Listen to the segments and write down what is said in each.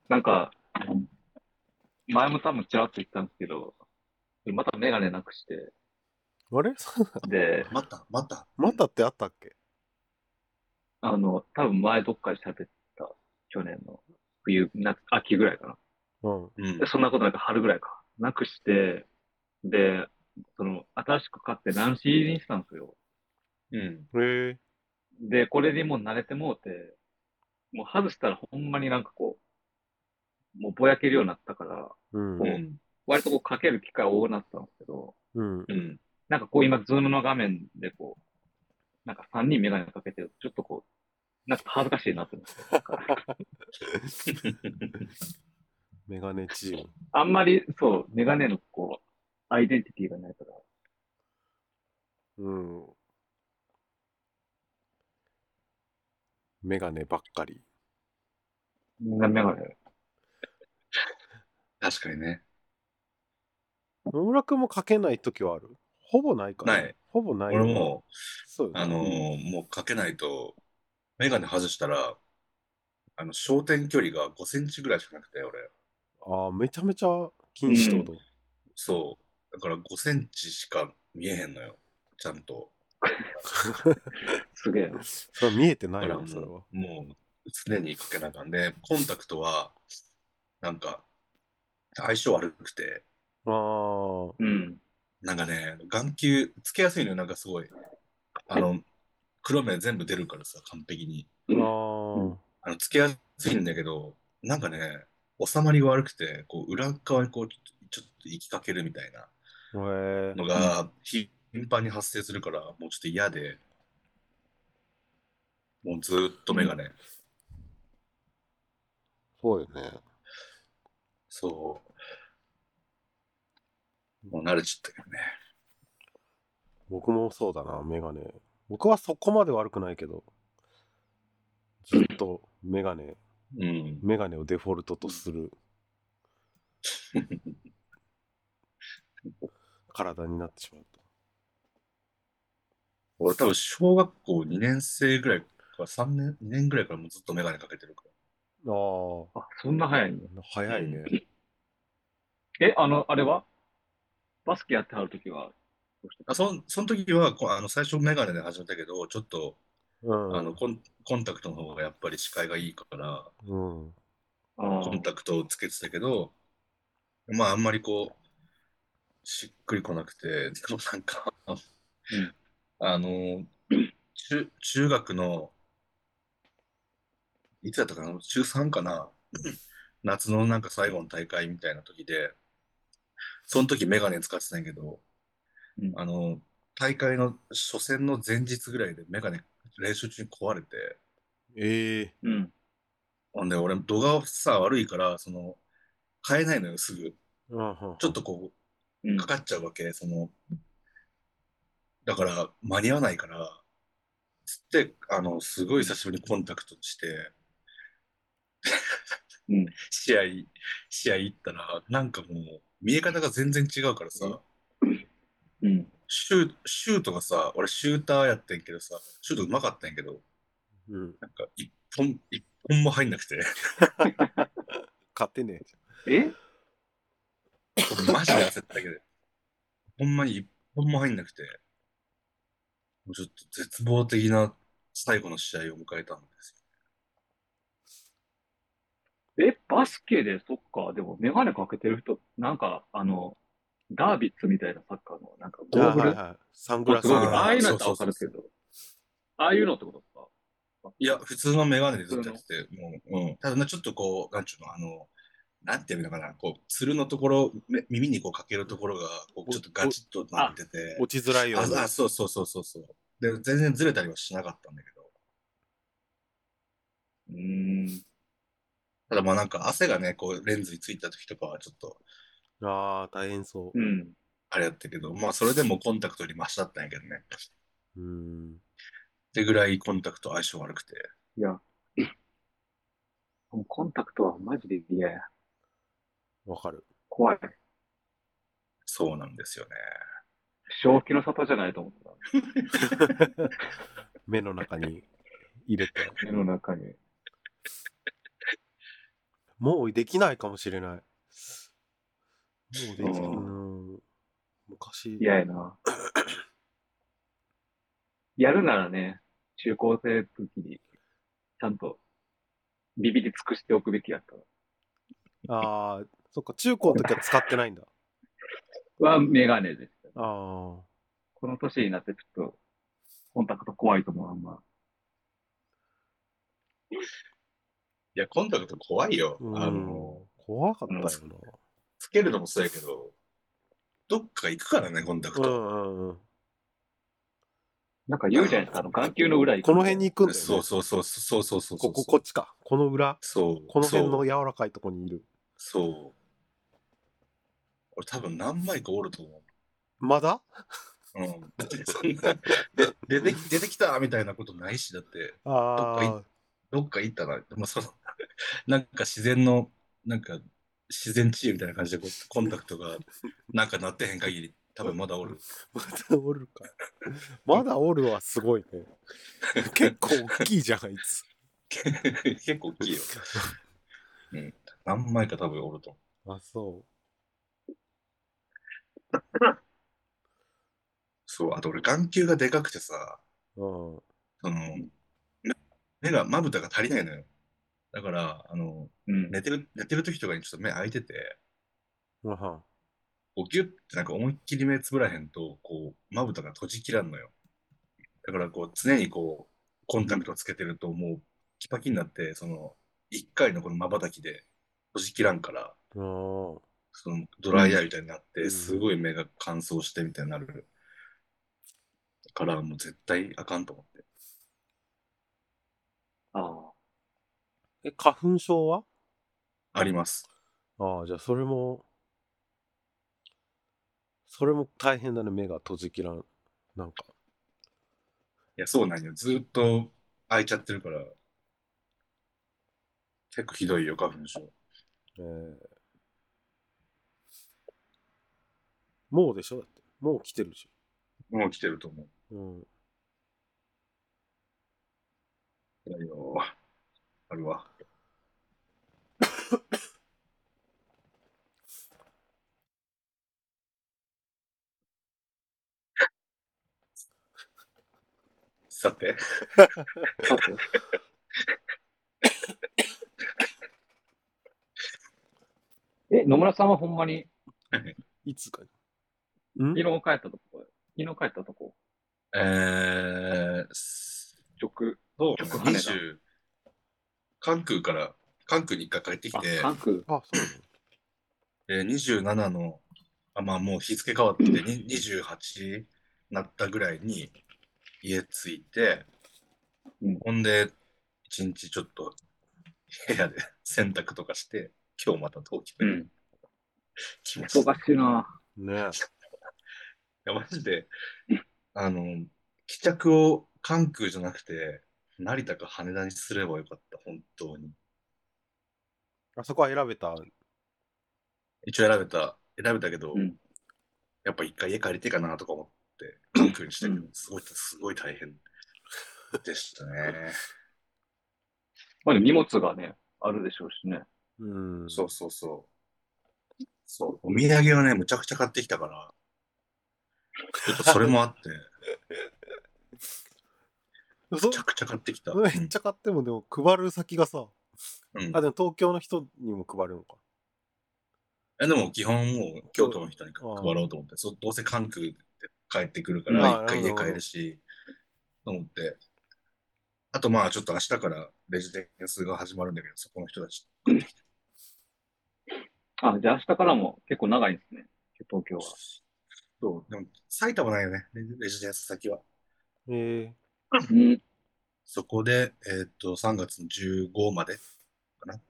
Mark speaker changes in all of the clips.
Speaker 1: なんか、前も多分ちらっと言ったんですけど、またメガネなくして、
Speaker 2: あれ
Speaker 1: で、
Speaker 3: また。うん。
Speaker 2: またってあったっけ？
Speaker 1: 多分前どっかで喋った、去年の冬、秋ぐらいかな。
Speaker 2: うん。
Speaker 1: で、
Speaker 3: うん。
Speaker 1: そんなことなんか春ぐらいか。なくして、で、新しく買って乱視にしたんですよ。
Speaker 3: うん。
Speaker 2: へえ。
Speaker 1: で、これにもう慣れてもうて、もう外したらほんまになんかこう、もうぼやけるようになったから、
Speaker 2: うん。
Speaker 1: こう、
Speaker 3: うん。
Speaker 1: 割とこうかける機会多くなったんですけど、
Speaker 2: うん。
Speaker 3: うん。
Speaker 1: なんかこう今、ズームの画面でこう、なんか3人メガネかけてると、ちょっとこう、なんか恥ずかしいなって思って、なんか、
Speaker 2: メガネチーム。
Speaker 1: あんまり、そう、メガネのこう、アイデンティティがないから、
Speaker 2: うん。メガネばっかり。
Speaker 1: みんなメガネ、
Speaker 3: 確かにね。
Speaker 2: 野村くんもかけないときはある？ほぼないかな。
Speaker 3: ない。
Speaker 2: ほぼないよな。
Speaker 3: 俺も、
Speaker 2: そうよな。
Speaker 3: もうかけないと、メガネ外したら、焦点距離が5センチぐらいしかなくて、俺。
Speaker 2: ああ、めちゃめちゃ禁
Speaker 1: うん、
Speaker 2: 止ってこと？
Speaker 3: そう。だから5センチしか見えへんのよ。ちゃんと。
Speaker 1: すげえな。
Speaker 2: それは見えて
Speaker 3: だ
Speaker 2: ないわ、それ
Speaker 3: から
Speaker 2: は。
Speaker 3: もう常にかけなあかんで、コンタクトは、なんか、相性悪くて、
Speaker 2: ああ、
Speaker 1: うん、
Speaker 3: なんかね、眼球つけやすいのよ、なんかすごい。あの、黒目全部出るからさ、完璧に。
Speaker 2: あ
Speaker 1: うん、
Speaker 2: あ、
Speaker 3: つけやすいんだけど、なんかね、収まりが悪くて、こう、裏側にこう、ちょっと行きかけるみたいな
Speaker 2: へえ、
Speaker 3: の
Speaker 1: うん。
Speaker 3: が、頻繁に発生するから、もうちょっと嫌で、もうずーっと
Speaker 1: うん。
Speaker 3: メガネ。
Speaker 2: そうよね。
Speaker 3: そう、もう慣れちゃったけどね。
Speaker 2: 僕もそうだな、メガネ。僕はそこまで悪くないけど、ずっと
Speaker 3: うん。
Speaker 2: メガネをデフォルトとする体になってしまっ
Speaker 3: 俺多分小学校2年生ぐらいか3年、2年ぐらいからもうずっとメガネかけてるか
Speaker 2: た。あ
Speaker 1: あ、そんな早いんだ。
Speaker 2: あ、
Speaker 3: ら。うん。
Speaker 2: 早いね。
Speaker 1: え、あれはバスケやってはるときは、どうしてた？
Speaker 3: その時は、最初メガネで始めたけど、ちょっと、
Speaker 2: うん、
Speaker 3: コンタクトの方がやっぱり視界がいいから、
Speaker 2: うん。
Speaker 1: ああ、
Speaker 3: コンタクトをつけてたけど、まああんまりこう、しっくりこなくて、でもなんか、
Speaker 1: うん、
Speaker 3: あの、中学の、いつだったかな、中3かな、夏のなんか最後の大会みたいな時で、その時メガネ使ってたんやけど、
Speaker 1: うん。
Speaker 3: あの、大会の初戦の前日ぐらいでメガネ練習中に壊れて、
Speaker 2: ええ、
Speaker 1: うん。
Speaker 3: ほんで俺度がさ悪いから、買えないのよ、すぐ。
Speaker 2: うん、はんは
Speaker 3: ちょっ
Speaker 2: ん。
Speaker 3: とこう、か
Speaker 1: うん。
Speaker 3: かっちゃうわけ。だから間に合わないから、つって、すごい
Speaker 1: うん。
Speaker 3: 久しぶりにコンタクトして、
Speaker 1: うん。
Speaker 3: 試合、試合行ったら、なんかもう、見え方が全然違うから
Speaker 1: え、
Speaker 3: さ、
Speaker 1: うん。
Speaker 3: シュートがさ、俺シューターやってんけどさ、シュート上手かったんやけど、
Speaker 2: うん。
Speaker 3: なんか一本も入んなくて、
Speaker 2: 勝てねえじ
Speaker 1: え
Speaker 3: マジで焦ったけど、ほんまに一本も入んなくて、もうちょっと絶望的な最後の試合を迎えたんです
Speaker 1: バスケで、そっか、でもメガネかけてる人、なんか、ダービッツみたいなサッカーの、なんか
Speaker 2: ゃん。あ、
Speaker 1: ゴーグル
Speaker 2: はいはい。サング
Speaker 1: スポーツゴーグル、
Speaker 2: ラスの。
Speaker 1: ああ
Speaker 3: ああ、そう
Speaker 1: いうのやったらわ
Speaker 3: そうそうそう。
Speaker 1: かるけど、ああいうのってことですか？バス
Speaker 3: いや、
Speaker 1: ケの。
Speaker 3: 普通のメガネでずっ
Speaker 1: 普通の。
Speaker 3: とやってて、ただね、ちょっとこう、なんちゅうの、なんていうのかな、こう、つるのところ、耳にこうかけるところが、こう、
Speaker 2: お、
Speaker 3: ちょっとガチッとなっ
Speaker 1: あ、
Speaker 3: てて、
Speaker 2: 落ちづらいように。
Speaker 3: そうそうそうそうそう。で、全然ずれたりはしなかったんだけど、
Speaker 1: うーん。
Speaker 3: ただまあなんか汗がね、こう、レンズについた時とかはちょっと、
Speaker 2: ああ、大変そ
Speaker 1: うん。
Speaker 3: あれやったけど、まあそれでもコンタクトよりマシだったんやけどね。
Speaker 2: う。うん。
Speaker 3: ってぐらいコンタクト相性悪くて。
Speaker 1: いや、もうコンタクトはマジで嫌や。
Speaker 2: わかる。
Speaker 1: 怖い。
Speaker 3: そうなんですよね。
Speaker 1: 正気の沙汰じゃないと思ってた。
Speaker 2: 目の中に入れて。
Speaker 1: 目の中に。
Speaker 2: もうできないかもしれない。もうでき昔。
Speaker 1: 嫌やな。やるならね、中高生の時に、ちゃんとビビり尽くしておくべきやった
Speaker 2: ああ、そっか、中高の時は使ってないんだ。
Speaker 1: はメガネでした。
Speaker 2: ああ。
Speaker 1: この年になってちょっと、コンタクト怖いと思う、あんま。
Speaker 3: いや、コンタクト怖いよ。
Speaker 2: 怖かったよな。
Speaker 3: つけるのもそうやけど、どっか行くからね、コンタクト。
Speaker 1: なんか言うじゃないですか、眼球の裏行く。
Speaker 2: この辺に行くんだよね。
Speaker 3: そう。
Speaker 2: こっちか。この裏。
Speaker 3: そう。
Speaker 2: この辺の柔らかいとこにいる。
Speaker 3: そう。俺多分何枚かおると思う。
Speaker 2: まだ
Speaker 3: うん。だってそんな、出てきたみたいなことないし、だって、どっか行ったら、でもなんか自然治癒みたいな感じでコンタクトがなんかなってへん限り、多分まだおる。
Speaker 2: まだおるか。まだおるはすごいね。結構大きいじゃん、あいつ。
Speaker 3: 結構大きいよ。うん。何枚か多分おると
Speaker 2: 思う。あ、そう。
Speaker 3: そう、あと俺眼球がでかくてさ、まぶたが足りないのよ。だから、寝てる時とかにちょっと目開いてて、こうギュッてなんか思いっきり目つぶらへんと、こう、まぶたが閉じきらんのよ。だからこう、常にこう、コンタクトつけてるともう、キパキになって、一回のこの瞬きで閉じきらんから、ドライアイみたいになって、すごい目が乾燥してみたいになる。から、もう絶対あかんと思って。
Speaker 1: ああ。
Speaker 2: 花粉症は
Speaker 3: あります。
Speaker 2: ああ、じゃあそれも大変だね、目が閉じきらん。なんか。
Speaker 3: いや、そうなんよ。ずっと開いちゃってるから、結構ひどいよ、花粉症。
Speaker 2: もうでしょだって。もう来てるし。
Speaker 3: もう来てると思う。いやよ、あるわ。さて。
Speaker 1: 野村さんはほんまに、
Speaker 2: いつか。
Speaker 1: 昨日帰ったとこ。
Speaker 3: そうね、関空に一回帰ってきて、
Speaker 2: そう
Speaker 3: で、27の、まあもう日付変わって28なったぐらいに家着いて、ほんで、一日ちょっと部屋で洗濯とかして、今日また東京に来ました。
Speaker 1: 忙しいな。
Speaker 2: ね。
Speaker 3: いや、マジで、帰着を関空じゃなくて、成田か羽田にすればよかった、本当に。
Speaker 2: あそこは選べた。
Speaker 3: 一応選べたけど、やっぱ一回家帰りてえかなとか思って関空にしたけど、すごい大変でしたね。
Speaker 1: まあでも荷物がね、あるでしょうしね。
Speaker 3: そう。そう。お土産はね、むちゃくちゃ買ってきたから、ちょっとそれもあって、むちゃくちゃ買ってきた。
Speaker 2: めっちゃ買っても、でも配る先がさ、でも東京の人にも配るのか。
Speaker 3: でも基本もう京都の人に配ろうと思って、どうせ関空で帰ってくるから一回家帰るし、と思って。あとまあちょっと明日からレジデンスが始まるんだけど、そこの人たち買ってきて。
Speaker 1: あ、じゃあ明日からも結構長いんですね。東京は。
Speaker 3: そう、でも埼玉ないよね、レジデンス先は。そこで、3月の15までかな。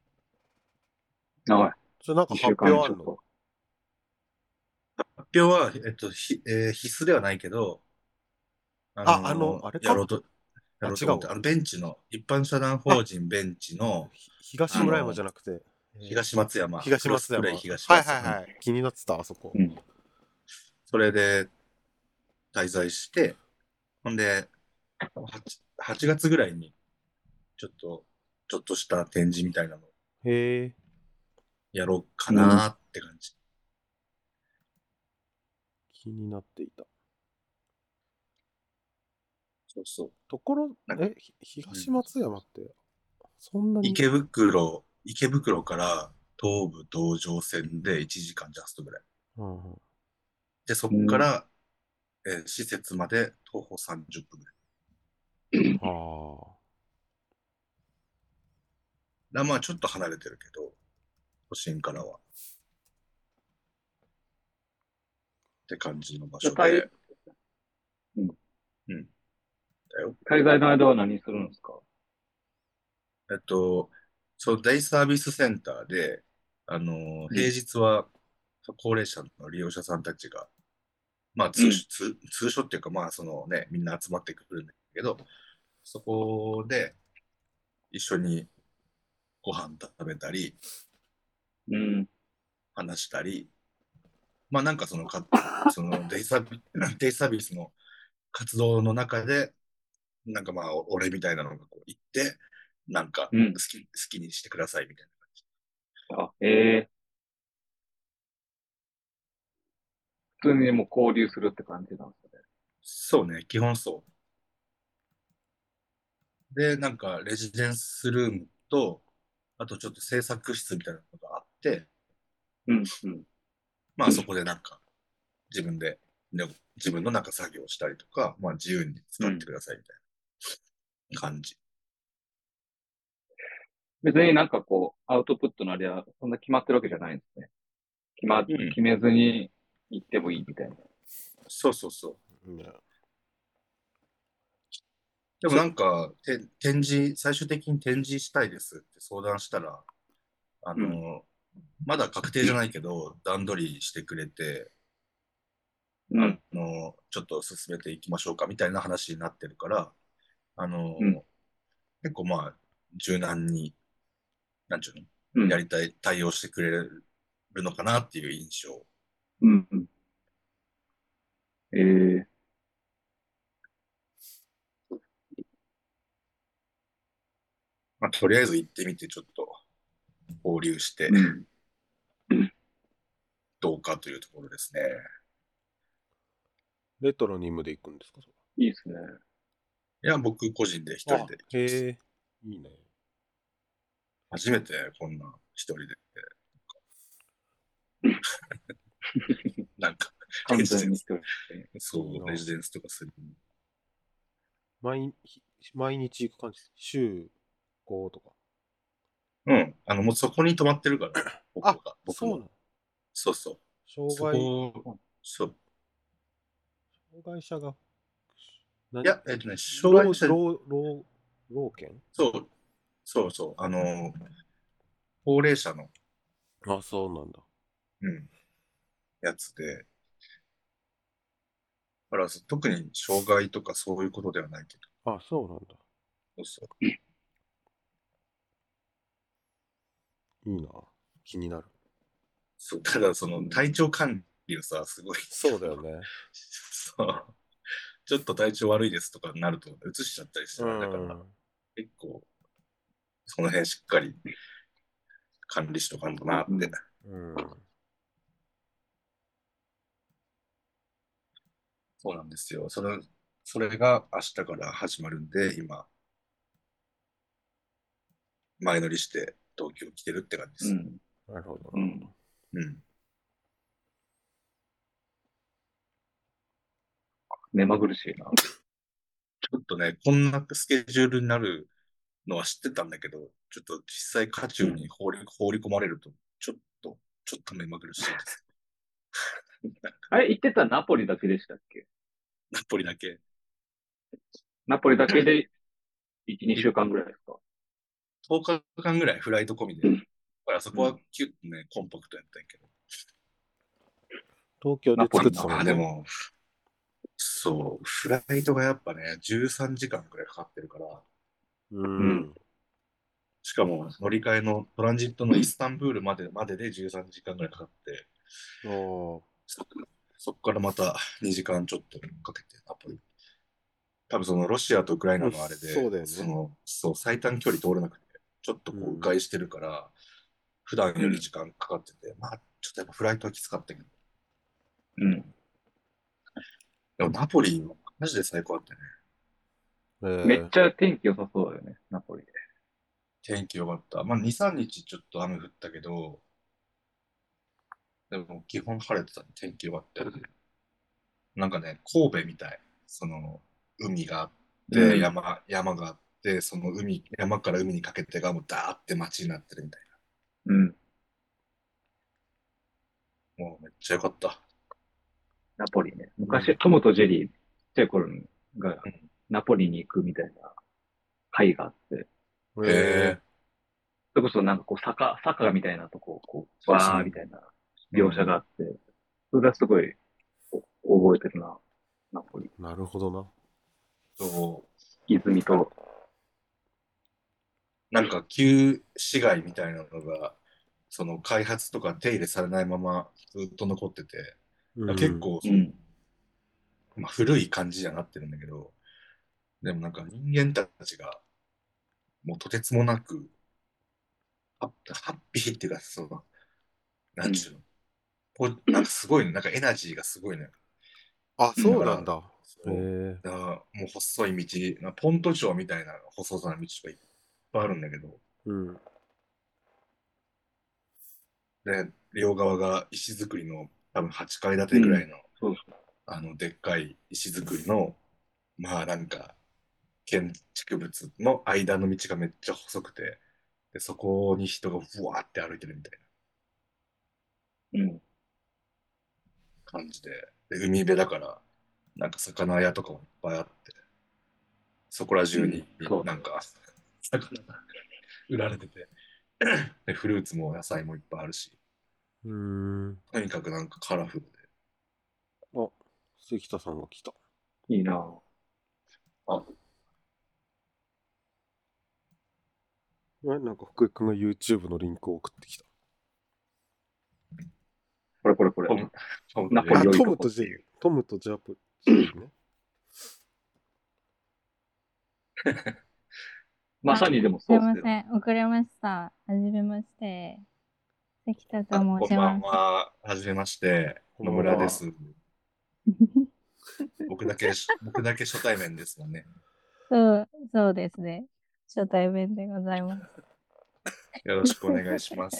Speaker 1: 長い。
Speaker 2: それなんか発表あるの？
Speaker 3: 発表は、必須ではないけど、
Speaker 2: あれか
Speaker 3: やろうと思って、ベンチの、一般社団法人ベンチの、
Speaker 2: 東村山じゃなくて、
Speaker 3: 東松山。
Speaker 2: 東松山。
Speaker 3: 東松山。
Speaker 2: はい。気になってた、あそこ。
Speaker 3: それで、滞在して、ほんで、8月ぐらいに、ちょっとした展示みたいなの
Speaker 2: へえ、
Speaker 3: やろうかなって感じ。
Speaker 2: 気になっていた。
Speaker 3: そうそう。
Speaker 2: ところ、
Speaker 3: なんか、
Speaker 2: 東松山って、そんなに、
Speaker 3: 池袋から東武東上線で1時間ジャストぐらい。
Speaker 2: うんうん、
Speaker 3: で、そっから、施設まで徒歩30分ぐらい。
Speaker 2: ああ、
Speaker 3: まあちょっと離れてるけど、都心からは。って感じの場
Speaker 1: じゃあ滞
Speaker 3: 所で。
Speaker 1: うん
Speaker 3: うん。だよ。
Speaker 1: 滞在の間は何するんですか？
Speaker 3: えっと、そう、デイサービスセンターで、平
Speaker 1: うん。
Speaker 3: 日は高齢者の利用者さんたちが、まあ
Speaker 1: うん。
Speaker 3: 通所っていうか、まあそのね、みんな集まってくるんだけど、そこで一緒にご飯食べたり、
Speaker 1: うん。
Speaker 3: 話したり、まあなんかそのデイサービスの活動の中で、なんかまあ俺みたいなのがこう言って、なんか
Speaker 1: うん。
Speaker 3: 好きにしてくださいみたいな感じ。
Speaker 1: あ、普通にもう交流するって感じなんですね。
Speaker 3: そうね、基本そう。で、なんかレジデンスルームと、あとちょっと制作室みたいなのがあって、
Speaker 1: うん。うん。
Speaker 3: まあそこでなんか自分で、ね、自分のなんか作業をしたりとか、まあ自由に使って
Speaker 1: うん。
Speaker 3: くださいみたいな感じ。
Speaker 1: 別になんかこう、アウトプットのあれはそんな決まってるわけじゃないんですね。
Speaker 3: うん。
Speaker 1: 決めずに行ってもいいみたいな。
Speaker 3: そうそうそう。
Speaker 2: ね、
Speaker 3: でも
Speaker 2: そ、
Speaker 3: なんか、最終的に展示したいですって相談したら、あ
Speaker 1: うん。
Speaker 3: の、まだ確定じゃないけど、段取りしてくれて、
Speaker 1: うん。
Speaker 3: ちょっと進めていきましょうかみたいな話になってるから、あ
Speaker 1: うん。
Speaker 3: の、結構まあ、柔軟に、なんちゅうの、
Speaker 1: うん。
Speaker 3: 対応してくれるのかなっていう印象。
Speaker 1: うん。うん。ええ。
Speaker 3: まあ、とりあえず行ってみて、ちょっと交流して
Speaker 1: うん。
Speaker 3: どうかというところですね。
Speaker 2: レトロニムで行くんですか、そ
Speaker 1: いいですね。
Speaker 3: いや、僕個人で一
Speaker 2: れ。あ、
Speaker 3: 人で行きます。
Speaker 2: へえ、いいね。
Speaker 3: 初めてこんな一人で、なんか、レ
Speaker 1: 完
Speaker 3: ジデンス、
Speaker 1: 全に一人で。
Speaker 2: いいな。
Speaker 3: レジデンスとかする。
Speaker 2: 毎日、毎日行く感じです。週5とか。
Speaker 3: うん。もうそこに泊まってるから、
Speaker 2: あ、
Speaker 3: 僕も。
Speaker 2: そうなの。
Speaker 3: そうそう。そ
Speaker 2: 障害、
Speaker 3: こ、そう。
Speaker 2: 障害者が、な、
Speaker 3: いや、障害者、
Speaker 2: 老犬。
Speaker 3: そう、そう。高齢者の、
Speaker 2: あ、そうなんだ。
Speaker 3: うん、やつで、だから特に障害とかそういうことではないけど、
Speaker 2: あ、そうなんだ。
Speaker 3: そうそう。
Speaker 2: いいな。気になる。
Speaker 3: ただその体調管理をさ、すごい、
Speaker 2: そうだよね。
Speaker 3: そう、ちょっと体調悪いですとかになると、移しちゃったりし
Speaker 2: う
Speaker 3: て、あれだから、
Speaker 2: ん。
Speaker 3: 結構、その辺しっかり管理しとかんとなって。
Speaker 1: うん。
Speaker 2: うん。
Speaker 3: そうなんですよ。それが明日から始まるんで、今、前乗りして東京来てるって感じです。
Speaker 1: うん。
Speaker 2: なるほど、なるほど。
Speaker 1: うん。
Speaker 3: うん。
Speaker 1: 目まぐるしいな。
Speaker 3: ちょっとね、こんなスケジュールになるのは知ってたんだけど、ちょっと実際渦
Speaker 1: うん。
Speaker 3: 中に放り込まれると、ちょっと目まぐるしいです。
Speaker 1: あれ、行ってたナポリだけでしたっけ？
Speaker 3: ナポリだけ。
Speaker 1: ナポリだけで1、2週間ぐらいですか？
Speaker 3: 10日間ぐらいフライト込みで。だからそこは
Speaker 1: うん。
Speaker 3: キュッとね、コンパクトやったんやけど。
Speaker 2: 東京で作っ
Speaker 1: ナポリな。
Speaker 3: あ、
Speaker 2: てたもんね。
Speaker 3: でも、そう、フライトがやっぱね、13時間くらいかかってるから、
Speaker 2: う
Speaker 1: うん。
Speaker 2: ん。
Speaker 3: しかも乗り換えのトランジットのイスタンブールまでで13時間ぐらいかかって、
Speaker 2: おー、
Speaker 3: そ、そこからまた2時間ちょっとかけてナポリ。多分そのロシアとウクライナ
Speaker 2: うん、
Speaker 3: のあれで、
Speaker 2: そうだよね。
Speaker 3: 最短距離通れなくて、ちょっとこう迂
Speaker 2: うん。
Speaker 3: 回してるから、 普段より時間かかってて、まあ、ちょっとやっぱフライトはきつかったけど。
Speaker 1: うん。
Speaker 3: でもナポリ、マジで最高だったね。
Speaker 1: めっちゃ天気良さそうだよね、ナポリで。
Speaker 3: 天気良かった。まあ、2、3日ちょっと雨降ったけど、でも基本晴れてたね。天気良かったよね。なんかね、神戸みたい。その、海があって、
Speaker 1: うん。
Speaker 3: 山があって、その山から海にかけてがもうダーって街になってるみたい
Speaker 1: うん。
Speaker 3: な。もうめっちゃ良かった。
Speaker 1: ナポリね。
Speaker 2: うん
Speaker 1: 昔、トムとジェリー、ちっちゃい頃が、
Speaker 3: うん、
Speaker 1: ナポリに行くみたいな会があって、
Speaker 2: え
Speaker 3: へ
Speaker 2: ー、
Speaker 3: え、
Speaker 1: それこそなんかこう、坂みたいなとこを、こう、
Speaker 3: そうそう。
Speaker 1: わーみたいな描写があ
Speaker 3: うん。
Speaker 1: って、それがすごい覚えてるな、ナポリ。
Speaker 2: なるほどな。
Speaker 3: そう。
Speaker 1: 泉と、
Speaker 3: なんか旧市街みたいなのが、その開発とか手入れされないままずっと残ってて、
Speaker 2: うん。
Speaker 3: 結構、
Speaker 1: うん。
Speaker 3: まあ、古い感じにはなってるんだけど、でもなんか人間たちがもうとてつもなくハッピーっていうか、その、な
Speaker 1: うん。
Speaker 3: んちゅうの、なんかすごいの、なんかエナジーがすごいのよ。
Speaker 2: あ、
Speaker 1: うん。
Speaker 3: だから、
Speaker 2: そうなんだ。
Speaker 3: そう、だからもう細い道、ポント町みたいな細さな道とかいっぱいあるんだけど、
Speaker 2: うん。
Speaker 3: で、両側が石造りの多分8階建
Speaker 1: うん。
Speaker 3: てぐらいの、
Speaker 1: そうそ
Speaker 3: でっかい石造りの、まあなんか、建築物の間の道がめっちゃ細くて、で、そこに人がふわーって歩いてるみたい
Speaker 1: う。うん。
Speaker 3: な感じで、で、海辺だから、なんか魚屋とかもいっぱいあって、そこら
Speaker 1: うん。
Speaker 3: 中に
Speaker 1: そう。
Speaker 3: なんか、魚が売られてて、で、フルーツも野菜もいっぱいあるし、
Speaker 2: うーん。
Speaker 3: とにかくなんかカラフルで、
Speaker 2: あ、関田さんが来た。
Speaker 1: いいな。
Speaker 3: あ、
Speaker 2: なんか福井くんが YouTube のリンクを送ってきた。
Speaker 1: これこれこれ。
Speaker 3: トム、トムと
Speaker 1: ナ
Speaker 3: ジェリー。
Speaker 2: あ、
Speaker 1: ポリ良い
Speaker 2: トムとジェリー。
Speaker 1: とこっていう。
Speaker 2: トムとジャジェリーね。
Speaker 1: ま
Speaker 4: あ、
Speaker 1: さにでも
Speaker 4: すい
Speaker 1: そうっすよ。
Speaker 4: ません。遅れました。はじめまして。関田と
Speaker 3: あ、こんばん
Speaker 4: 申します。
Speaker 3: は。はじめまして。野
Speaker 2: こんばんは。
Speaker 3: 村です。僕だけ初対面ですもんね。
Speaker 4: そうですね。初対面でございます。
Speaker 3: よろしくお願いします。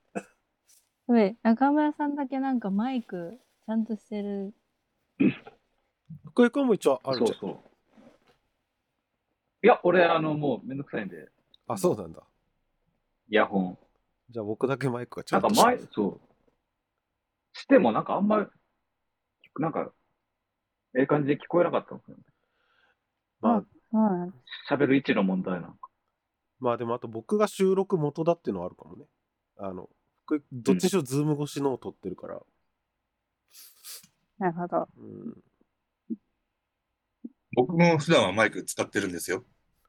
Speaker 4: 中村さんだけなんかマイクちゃんとしてる。
Speaker 2: 福井くんも一応あるじゃん。
Speaker 1: そうそう。いや、俺、もうめんどくさいんで、
Speaker 2: あ、そうなんだ。
Speaker 1: イヤホン。
Speaker 2: じゃあ僕だけマイクがちゃ
Speaker 1: なんか
Speaker 2: んとしてる。
Speaker 1: そう。してもなんかあんま、なんか、ええ感じで聞こえなかったんですよね。
Speaker 2: まあ、
Speaker 4: そうなんです。
Speaker 1: 喋る位置の問題なんか。
Speaker 2: まあでもあと僕が収録元だっていうのはあるかもね。福井どっちにしろズーム越しのを撮ってるから。
Speaker 4: なるほど。
Speaker 2: うん。
Speaker 3: 僕も普段はマイク使ってるんですよ。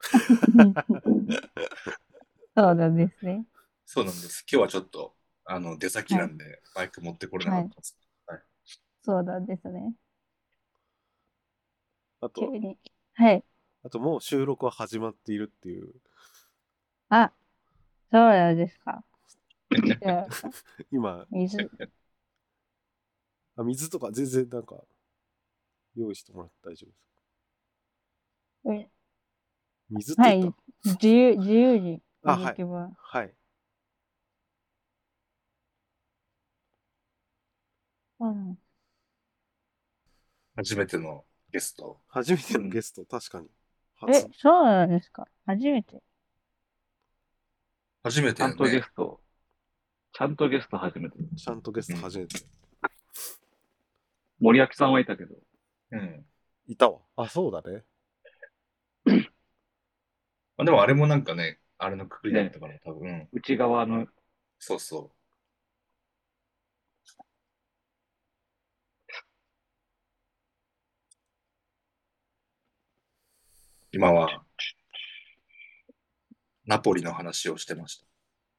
Speaker 4: そうなんですね。
Speaker 3: そうなんです。今日はちょっと、出先
Speaker 4: はい。
Speaker 3: なんで、マイク持ってこれなか
Speaker 4: はい。
Speaker 3: ったんです。はい。
Speaker 4: そうなんですね。
Speaker 2: あと、
Speaker 4: 急に。はい。
Speaker 2: もう収録は始まっているっていう。
Speaker 4: あ、そうなんですか。じゃあ、
Speaker 2: 今、
Speaker 4: 水。
Speaker 2: 水とか全然なんか用意してもらって大丈夫ですか？
Speaker 4: え
Speaker 2: 水って言った？
Speaker 4: はい。自由にい
Speaker 2: あ、
Speaker 4: た
Speaker 2: はい。
Speaker 4: だけます。
Speaker 2: はい。
Speaker 4: うん。
Speaker 3: 初めてのゲスト。
Speaker 2: 初めて
Speaker 1: うん。
Speaker 2: のゲスト、確かに。初。
Speaker 4: そうなんですか。初めて。
Speaker 3: 初め
Speaker 1: ちゃんとゲ
Speaker 3: てね。
Speaker 1: スト、ちゃんとゲスト初めて。
Speaker 2: ちゃんとゲス
Speaker 3: うん。
Speaker 2: ト初めて。
Speaker 1: 森脇さんはいたけど、
Speaker 3: うん。
Speaker 2: いたわ。あ、そうだね。
Speaker 3: まあ、でもあれもなんかね、あれのくくりだっ
Speaker 1: ね、
Speaker 3: たから、多分。うん。
Speaker 1: 内側の、
Speaker 3: そうそう。今は、ナポリの話をしてました。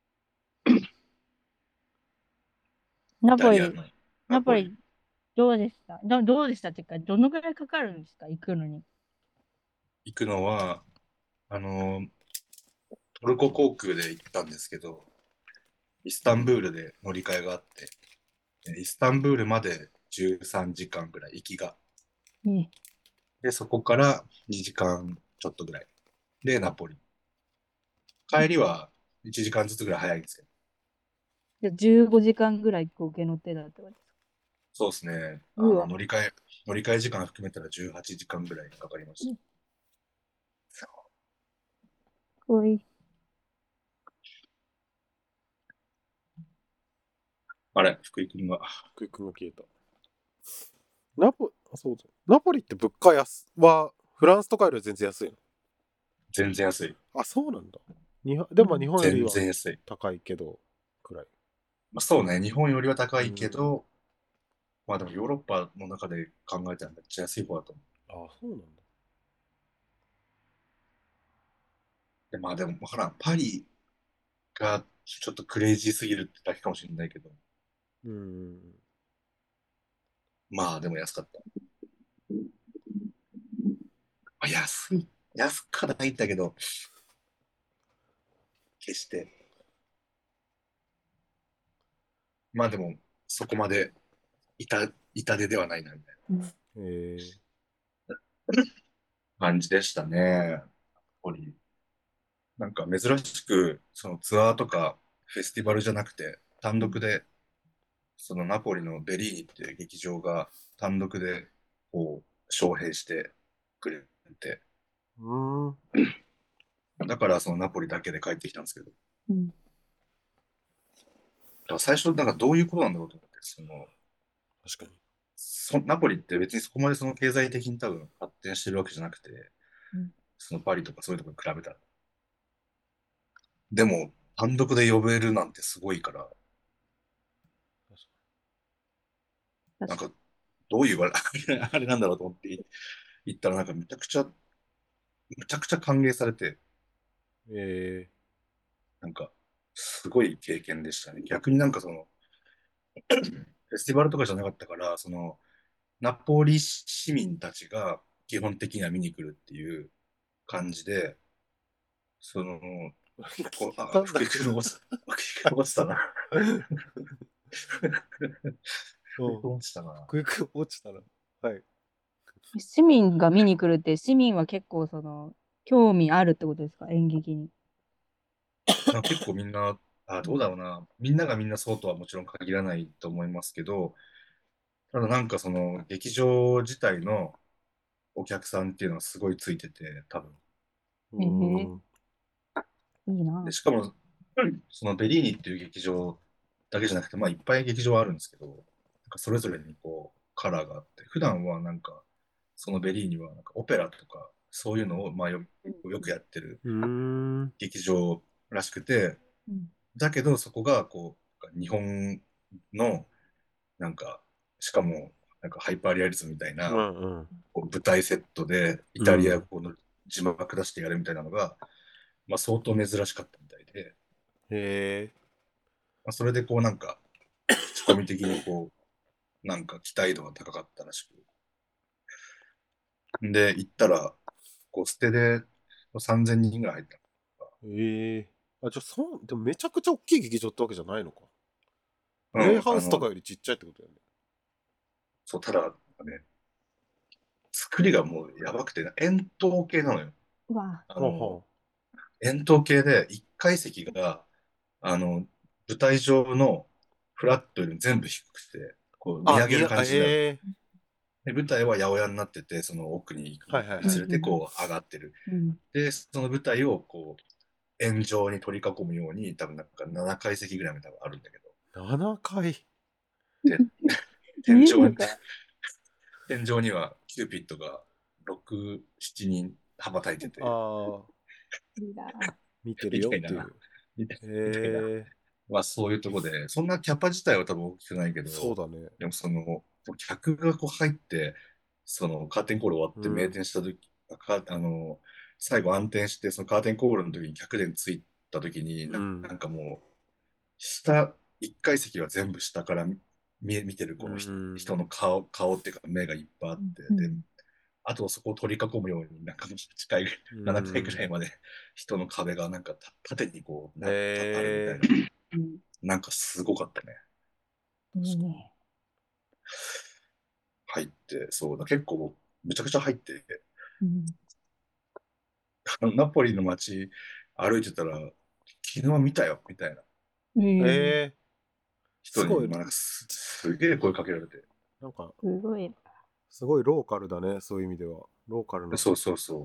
Speaker 3: イ
Speaker 4: ナポリ、
Speaker 3: タリアのナポリ。
Speaker 4: ナポリ、どうでしたどうでしたっていうか、どのぐらいかかるんですか行くのに。
Speaker 3: 行くのは、トルコ航空で行ったんですけど、 イスタンブールで乗り換えがあって、イスタンブールまで13時間ぐらい行きが。
Speaker 4: え、
Speaker 3: で、そこから2時間ちょっとぐらい。で、ナポリ。帰りは1時間ずつぐらい早いんですけど。
Speaker 4: じゃあ15時間ぐらい合計乗ってたってことですか？
Speaker 3: そうですね。
Speaker 4: うわ、
Speaker 3: 乗り換え時間含めたら18時間ぐらいかかりました。
Speaker 4: すごい。
Speaker 3: あれ、福井君が。
Speaker 2: クイックが消えた。そうだ。ナポリって物価はフランスとかよりは全然安いの？
Speaker 3: 全然安い。
Speaker 2: あ、そうなんだ。でも日本より
Speaker 3: 全
Speaker 2: は
Speaker 3: 然安い。
Speaker 2: 高いけど、くらい。
Speaker 3: まあ、そうね。日本よりは高いけ
Speaker 2: うん。
Speaker 3: ど、まあでもヨーロッパの中で考えたらめっちゃ安い方だと思う。
Speaker 2: あ、そうなんだ。
Speaker 3: で、まあでもわからん。パリがちょっとクレイジーすぎるってだけかもしれないけど、
Speaker 2: うん。
Speaker 3: まあでも安かった。まあ、安かないんだけど、決して。まあでも、そこまで痛手ではないな、みたい
Speaker 4: うん
Speaker 2: え
Speaker 3: な感じでしたね。やっぱりなんか珍しく、そのツアーとかフェスティバルじゃなくて、単独で、そのナポリのベリーニっていう劇場が単独で、こう、招聘してくれて、
Speaker 2: うん。
Speaker 3: だからそのナポリだけで帰ってきたんですけど、だ
Speaker 4: うん
Speaker 3: から最初、なんかどういうことなんだろうと思って、
Speaker 2: 確かに。
Speaker 3: ナポリって別にそこまでその経済的に多分発展してるわけじゃなくて、
Speaker 4: うん
Speaker 3: そのパリとかそういうとこに比べたら。でも、単独で呼べるなんてすごいから、なんか、どういうあれなんだろうと思って行ったら、なんかめちゃくちゃ歓迎されて、
Speaker 2: え
Speaker 3: なんか、すごい経験でしたね。逆になんかフェスティバルとかじゃなかったから、ナポリ市民たちが基本的には見に来るっていう感じで、その、
Speaker 2: 聞いたんだ
Speaker 3: 福井
Speaker 2: けど。
Speaker 3: 君落ちたな。福井
Speaker 2: うん。
Speaker 3: 君落ちたな。
Speaker 2: クイック落ちたら。はい。
Speaker 4: 市民が見に来るって、市民は結構興味あるってことですか？演劇に。
Speaker 3: なんか結構みんな、どうだろうな。みんながみんなそうとはもちろん限らないと思いますけど、ただなんかその劇場自体のお客さんっていうのはすごいついてて、多分。
Speaker 2: う
Speaker 4: へえ、
Speaker 2: ん。
Speaker 3: で、
Speaker 4: いいな。
Speaker 3: しかも、そのベリーニっていう劇場だけじゃなくて、まあいっぱい劇場あるんですけど、なんかそれぞれにこうカラーがあって、普段はなんか、そのベリーニはなんかオペラとか、そういうのをまあよくやってる
Speaker 2: うん。
Speaker 3: 劇場らしくて、
Speaker 4: うん
Speaker 3: だけどそこがこう、日本のなんか、しかもなんかハイパーリアリズムみたいな
Speaker 2: うん。
Speaker 3: こう舞台セットでイタリア
Speaker 2: うん。
Speaker 3: 語の字幕出してやるみたいなのが、まあ相当珍しかったみたいで、
Speaker 2: へえ。
Speaker 3: まあ、それでこうなんか、口コミ的にこう、なんか期待度が高かったらしく。で、行ったら、こう、捨てで3000人ぐらい入った。
Speaker 2: ええ。あ、でもめちゃくちゃ大きい劇場ってわけじゃないのか。プレイ
Speaker 3: うん、
Speaker 2: ハウスとかよりちっちゃいってことだよね。
Speaker 3: そう、ただ、ね、作りがもうやばくて、円筒形なのよ。
Speaker 4: うわ、
Speaker 3: あの、
Speaker 2: はあは
Speaker 3: 円筒形で1階席が、舞台上のフラットよりも全部低くて、こう見
Speaker 2: あ。
Speaker 3: 上げる感じになる。
Speaker 2: ええ。
Speaker 3: で、舞台は八百屋になってて、その奥に行くに
Speaker 2: はいはいはい。
Speaker 3: つれてこう上がってる。
Speaker 4: うん。
Speaker 3: で、その舞台をこう、円状に取り囲むように、多分なんか7階席ぐらいまで多分あるんだけど、
Speaker 2: 7回。
Speaker 3: で、天
Speaker 4: 見え
Speaker 3: 井に、
Speaker 4: るのか。
Speaker 3: 天井にはキューピッドが6、7人羽ばたいてて、
Speaker 2: ああ、
Speaker 4: いいな。
Speaker 2: 見てる
Speaker 3: みたいな、
Speaker 2: よっていう。
Speaker 3: みたいな。
Speaker 2: へえ。
Speaker 3: まあそういうとこで、そんなキャパ自体は多分大きくないけど、
Speaker 2: そうだね。
Speaker 3: でも客がこう入って、そのカーテンコール終わって
Speaker 2: うん。
Speaker 3: 閉店した時、最後暗転して、そのカーテンコールの時に客電ついた時に、な
Speaker 2: うん。
Speaker 3: んかもう、一階席は全部下から見てる
Speaker 2: う
Speaker 3: この人
Speaker 2: ん。
Speaker 3: の顔っていうか目がいっぱいあって、で、
Speaker 4: うん
Speaker 3: あとそこを取り囲むように、なんか8階、
Speaker 2: う
Speaker 3: 7階ぐらい
Speaker 2: ん。
Speaker 3: まで人の壁がなんか縦にこうあるみたい
Speaker 2: へ
Speaker 3: な。
Speaker 4: うん。
Speaker 3: なんかすごかったね。
Speaker 4: いいね。
Speaker 3: 入って、そうだ、結構めちゃくちゃ入ってて、
Speaker 4: うん。
Speaker 3: ナポリの街歩いてたら、昨日見たよ、みたいな
Speaker 2: え
Speaker 3: 人に、
Speaker 2: すごい、
Speaker 3: まあ、なんかすげえ声かけられて。
Speaker 2: なんか、
Speaker 4: すごい。
Speaker 2: すごいローカルだね、そういう意味では。ローカルな。
Speaker 3: そうそうそう。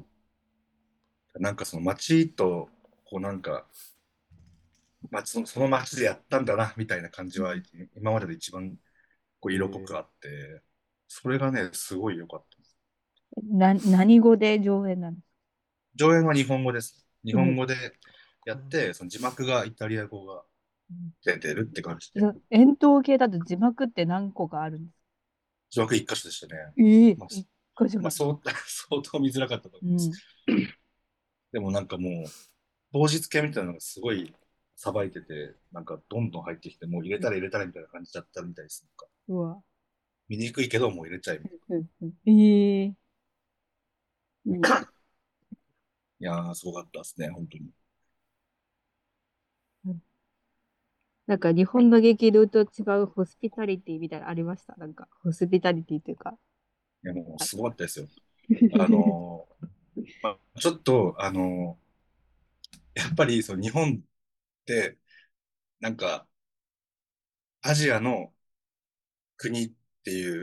Speaker 3: なんかその街と、こうなんか、その街でやったんだな、みたいな感じは、今までで一番こう色濃くあって、それがね、すごい良かった。
Speaker 4: 何語で上演なの？
Speaker 3: 上演は日本語です。日
Speaker 4: うん。
Speaker 3: 本語でやって、その字幕がイタリア語が出てるって感じで、
Speaker 4: 遠投系だと字幕って何個かあるんですか？
Speaker 3: 字幕一箇所でしたね。まあ、
Speaker 4: 一箇所だ。
Speaker 3: 相当見づらかったと思います。
Speaker 4: うん。
Speaker 3: でもなんかもう、当日系みたいなのがすごいさばいてて、なんかどんどん入ってきて、もう入れたら入れたらみたいな感じだったみたいです。なんか
Speaker 4: うわ。
Speaker 3: 見にくいけど、もう入れちゃいみたい
Speaker 4: ええ。いい。
Speaker 3: な。いやー、すごかったですね、本当に。
Speaker 4: なんか日本の激流と違うホスピタリティみたいなのありました？なんかホスピタリティというか。
Speaker 3: いや、もう
Speaker 4: あ
Speaker 3: すごかったですよ。ちょっと、やっぱりそう日本って、なんか、アジアの国っていう、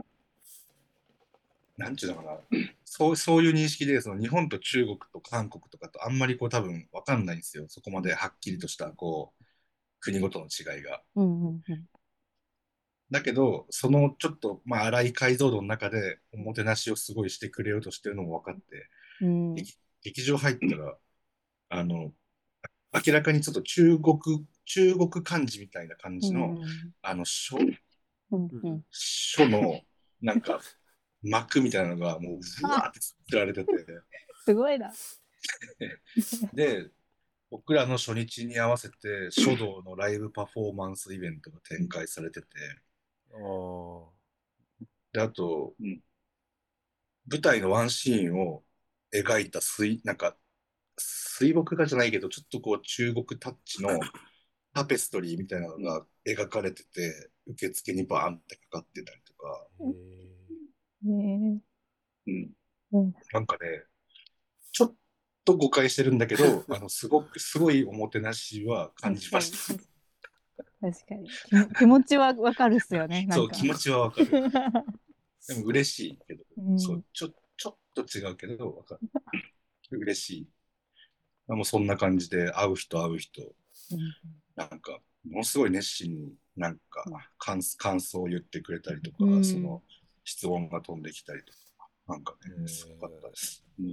Speaker 3: なんていうのかな、そういう認識で、その日本と中国と韓国とかとあんまりこう多分わかんないんですよ。そこまではっきりとした、こう、国ごとの違いが。
Speaker 4: うんうんうん。
Speaker 3: だけど、そのちょっと、まあ、荒い解像度の中で、おもてなしをすごいしてくれようとしてるのも分かって、
Speaker 4: うん。
Speaker 3: 劇場入ったら、あの、明らかにちょっと中国漢字みたいな感
Speaker 4: う
Speaker 3: じの、
Speaker 4: んうん。
Speaker 3: 書の、なんか、幕みたいなのが、もう、ぶわーって作られてて、
Speaker 4: すごいな。
Speaker 3: で、僕らの初日に合わせて書道のライブパフォーマンスイベントが展開されてて、
Speaker 2: ああ。
Speaker 3: で、あと、舞台のワンシーンを描いたなんか、水墨画じゃないけど、ちょっとこう中国タッチのタペストリーみたいなのが描かれてて、受付にバーンってかかってたりとか、
Speaker 4: ね
Speaker 3: うん、
Speaker 4: え。うん。
Speaker 3: なんかね、ちょっと誤解してるんだけど、すごいおもてなしは感じ
Speaker 4: 確かに。
Speaker 3: ました。
Speaker 4: 確かに。気持ちはわかるっすよね。な
Speaker 3: そう、
Speaker 4: んか。
Speaker 3: 気持ちはわかる。でも嬉しいけど、
Speaker 4: うん。
Speaker 3: そう、ちょっと違うけど、わかる。嬉しい。もうそんな感じで、会う人、
Speaker 4: うん
Speaker 3: なんか、ものすごい熱心になんか感想を言ってくれたりと
Speaker 4: う
Speaker 3: か、そ
Speaker 4: ん。
Speaker 3: の質問が飛んできたりとか、なんかね、すごかったです。うん。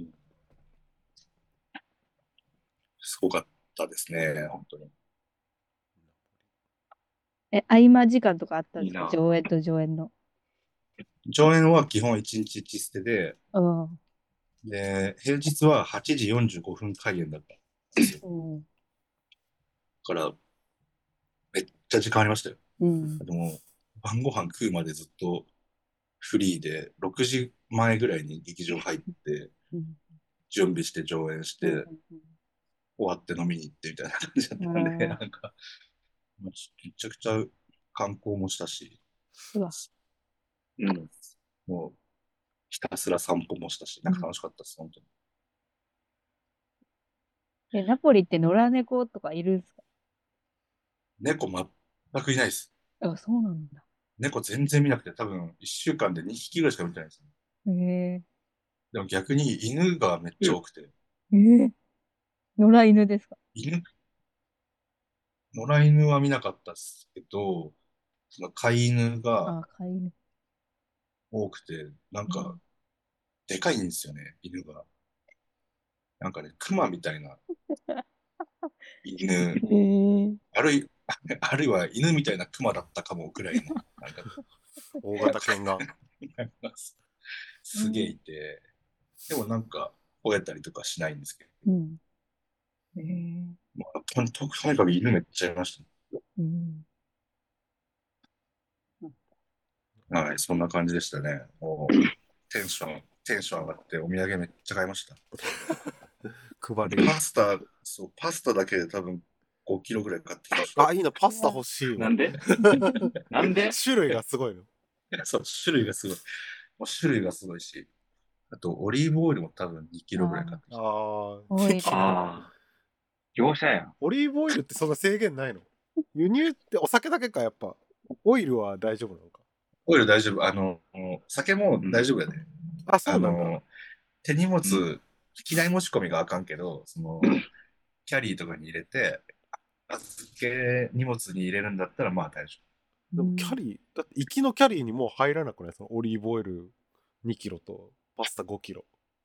Speaker 3: すごかったですね、本当に。
Speaker 4: 合間時間とかあったんですか？
Speaker 1: いいな。
Speaker 4: 上演と上演の。
Speaker 3: 上演は基本1日1ステで、
Speaker 4: うん。
Speaker 3: で、平日は8時45分開演だったんですよ。
Speaker 4: うん。
Speaker 3: だから、めっちゃ時間ありましたよ。
Speaker 4: うん。
Speaker 3: でも、晩ご飯食うまでずっとフリーで、6時前ぐらいに劇場入って、
Speaker 4: うん
Speaker 3: 準備して上演し
Speaker 4: うん
Speaker 3: て、終わって飲みに行ってみたいな感じだったんで、
Speaker 4: うん
Speaker 3: なんか、めちゃくちゃ観光もしたし、
Speaker 4: うわ。
Speaker 3: うん、もうひたすら散歩もしたし、なんか楽しかったです、本当に。
Speaker 4: ナポリって野良猫とかいるんですか？
Speaker 3: 猫全くいないです。
Speaker 4: あ、そうなんだ。
Speaker 3: 猫全然見なくて、多分1週間で2匹ぐらいしか見てないですね。
Speaker 4: へえ。
Speaker 3: でも逆に犬がめっちゃ多くて、
Speaker 4: ええ。野良犬ですか？
Speaker 3: 犬、野良犬は見なかったですけど、その飼い犬が
Speaker 4: あ、飼い犬。
Speaker 3: 多くて、なんか、でかいんですよね、犬が。なんかね、熊みたいな犬、
Speaker 4: ええ。
Speaker 3: あるい、あるいは犬みたいな熊だったかもくらいの、なんか、
Speaker 2: 大型犬が。
Speaker 3: すげえいて、でもなんか、吠えたりとかしないんですけど、
Speaker 4: うん。ええ。
Speaker 3: まあ、とにかく犬めっちゃいましたね。
Speaker 4: うん。
Speaker 3: はい、そんな感じでしたね。もうテンション上がってお土産めっちゃ買いました。
Speaker 2: 配り。
Speaker 3: パスタだけで多分 5キロぐらい買ってきました。
Speaker 2: あ、いいな、パスタ欲しいわ。
Speaker 1: なんでなんで
Speaker 2: 種類がすごいの。
Speaker 3: そう、種類がすごい。もう種類がすごいし。あと、オリーブオイルも多分2キロぐらい買ってきた。
Speaker 2: あ
Speaker 4: 多い
Speaker 2: あ、
Speaker 1: ああ。業者やん。
Speaker 2: オリーブオイルってそんな制限ないの？輸入ってお酒だけか、やっぱ。オイルは大丈夫なのか。
Speaker 3: オイル大丈夫。酒も大丈夫やね。
Speaker 2: あ、そうなんだ。
Speaker 3: 手荷物、
Speaker 1: うん
Speaker 3: 機内持ち込みがあかんけど、キャリーとかに入れて、預け荷物に入れるんだったらまあ大丈
Speaker 2: でもキャリー、だって行きのキャリーにもう入らなくない？そのオリーブオイル2キロとパスタ5キロ。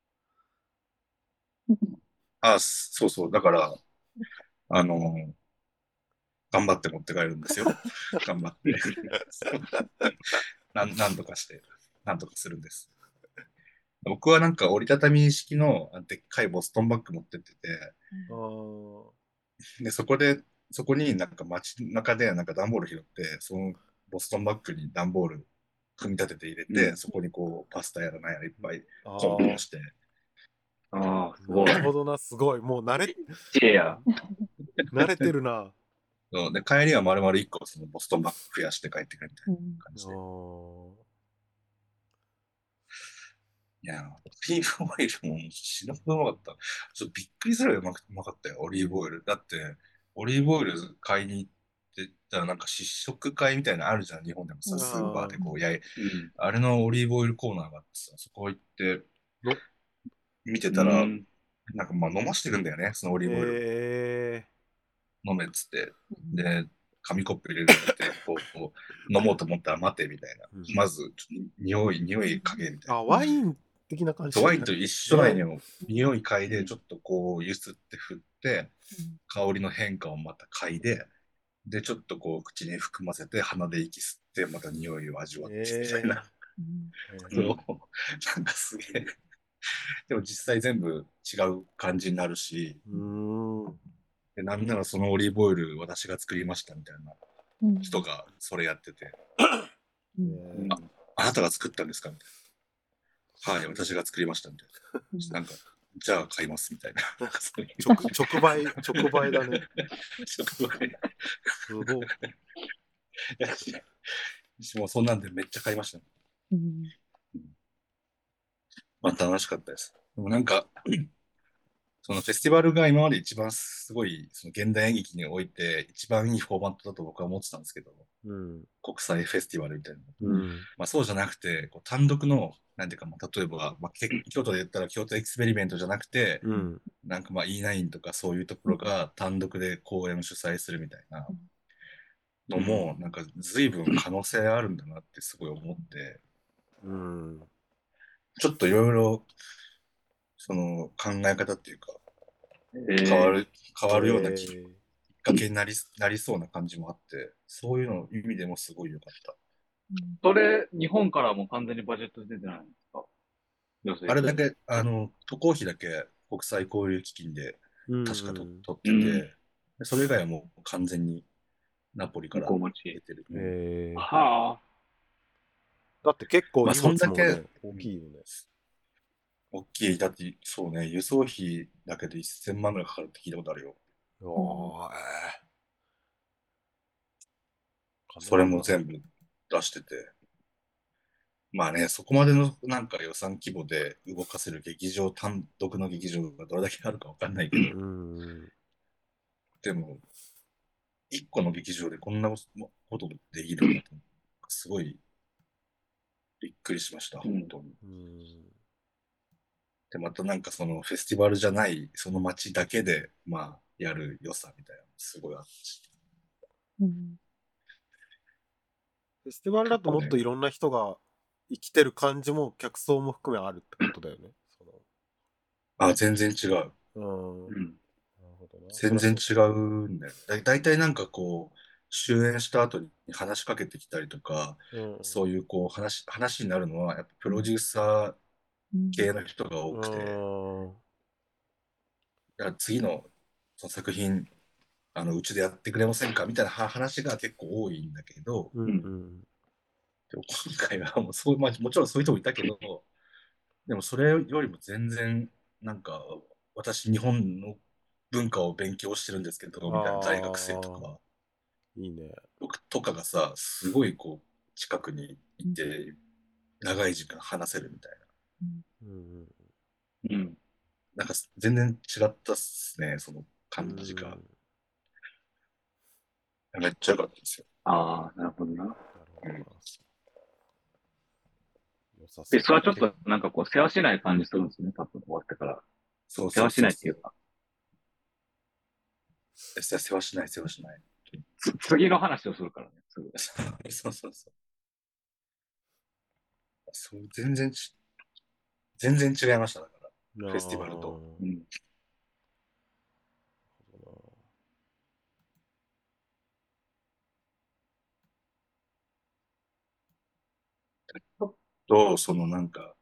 Speaker 3: 夫。そうそう。だから、あの、頑張って持って帰るんですよ。頑張って。なんとかして、なんとかするんです。僕はなんか折りたたみ式のでっかいボストンバッグ持ってってて、
Speaker 2: あー
Speaker 3: で、そこになんか街中でなんか段ボール拾って、そのボストンバッグに段ボール組み立てて入れて、
Speaker 1: うん
Speaker 3: そこにこうパスタやらなんやらいっぱい
Speaker 2: あ
Speaker 3: コンポして、
Speaker 1: ああ、すごい。
Speaker 2: なるほどな、すごい。もう
Speaker 1: 知恵や。
Speaker 2: 慣れてるな。
Speaker 3: そうで、帰りは丸々1個そのボストンバッグ増やして帰ってくるみたいな感じで。いや、オリーブオイルも死ぬほどうまかった。ちょっとびっくりするぐらいうまかったよ、オリーブオイル。だって、オリーブオイル買いに行ってたらなんか試食会みたいなのあるじゃん、日本でもさ、
Speaker 4: うん
Speaker 3: スーパーでこう、
Speaker 1: うん。
Speaker 3: あれのオリーブオイルコーナーがあってさ、そこ行って
Speaker 2: の
Speaker 3: 見てたら、
Speaker 1: うん
Speaker 3: なんかまあ飲ましてるんだよね、そのオリーブオイル。
Speaker 2: え
Speaker 3: 飲めっつって。で、紙コップ入れるって言って、こう飲もうと思ったら待てみたいな。
Speaker 2: うん
Speaker 3: まず、ちょっと匂い嗅げみたいな。
Speaker 2: あ、ワイン的な感じ。
Speaker 3: ワインと一緒なんよ。匂い嗅いで、ちょっとこう、ゆすって振って、香りの変化をまた嗅いで、で、ちょっとこう、口に含ませて、鼻で息吸って、また匂いを味わって、みたいな。そうなんかすげえ。でも実際全部違う感じになるし、でなんならそのオリーブオイル私が作りましたみたいな人がそれやってて、あなたが作ったんですかみたいな。はい、私が作りましたみたいな。なんか、じゃあ買いますみたいな。そういう
Speaker 2: 直売だね。
Speaker 3: 直売
Speaker 2: すごい。
Speaker 3: いやもうそんなんでめっちゃ買いましたね。まあ楽しかったです。でもなんか、そのフェスティバルが今まで一番すごい、その現代演劇において一番いいフォーマットだと僕は思ってたんですけど、国際フェスティバルみたいな。まあそうじゃなくて、こう単独の、なんていうか、まあ、例えば、まあ、京都で言ったら京都エクスペリメントじゃなくて、なんかまあ E9 とかそういうところが単独で公演を主催するみたいなのも、なんか随分可能性あるんだなってすごい思って、ちょっといろいろ、その考え方っていうか、変わるようなきっかけになりそうな感じもあって、そういうの意味でもすごい良かった。
Speaker 1: それ、日本からも完全にバジェット出てないんですか？
Speaker 3: あれだけ、渡航費だけ国際交流基金で確か取ってて、それ以外はもう完全にナポリから出てる。
Speaker 1: はあ。
Speaker 2: だって結構荷物もね、
Speaker 3: そんだけ
Speaker 2: 大きいよね。
Speaker 3: 大きい。だって、そうね、輸送費だけで1000万ぐらいかかるって聞いたことあるよ。それも全部出してて。まあね、そこまでのなんか予算規模で動かせる単独の劇場がどれだけあるかわかんないけど、でも、一個の劇場でこんなことできるんだと、すごいびっくりしました、本当に。で、またなんかそのフェスティバルじゃない、その街だけで、まあ、やる良さみたいなのすごいあったし。
Speaker 2: フェスティバルだともっといろんな人が生きてる感じも客層も含めあるってことだよね。
Speaker 3: 全然違う。全然違うんだよ。だいたいなんかこう、終演した後に話しかけてきたりとか、そういうこう話になるのは、やっぱプロデューサー系の人が多くて、次のその作品、うちでやってくれませんかみたいな話が結構多いんだけど、でも今回はもうまあ、もちろんそういう人もいたけど、でもそれよりも全然、なんか、私、日本の文化を勉強してるんですけど、みたいな大学生とか、
Speaker 2: いいね。
Speaker 3: 僕とかがさ、すごいこう、近くにいて、長い時間話せるみたい
Speaker 2: うんうん。
Speaker 1: うん。
Speaker 3: な。なんか全然違ったっすね、その
Speaker 2: う
Speaker 3: 感じが。
Speaker 2: ん
Speaker 3: めっちゃ良かったですよ。
Speaker 1: ああ、なるほどな。
Speaker 2: なるほどな。良さ
Speaker 1: で、
Speaker 2: そう。
Speaker 1: それはちょっとなんかこう、世話しない感じするんですね、多分終わってから。
Speaker 3: そう
Speaker 1: 世話し
Speaker 3: そうそうそう。
Speaker 1: ないっていうか、
Speaker 3: 世話しない、世話しない。
Speaker 1: 次の話をするからね、すぐ。
Speaker 3: そうそうそう。そう全然違いました、だから。
Speaker 2: な
Speaker 3: フェスティバルと。
Speaker 1: うん。
Speaker 3: そのなんか、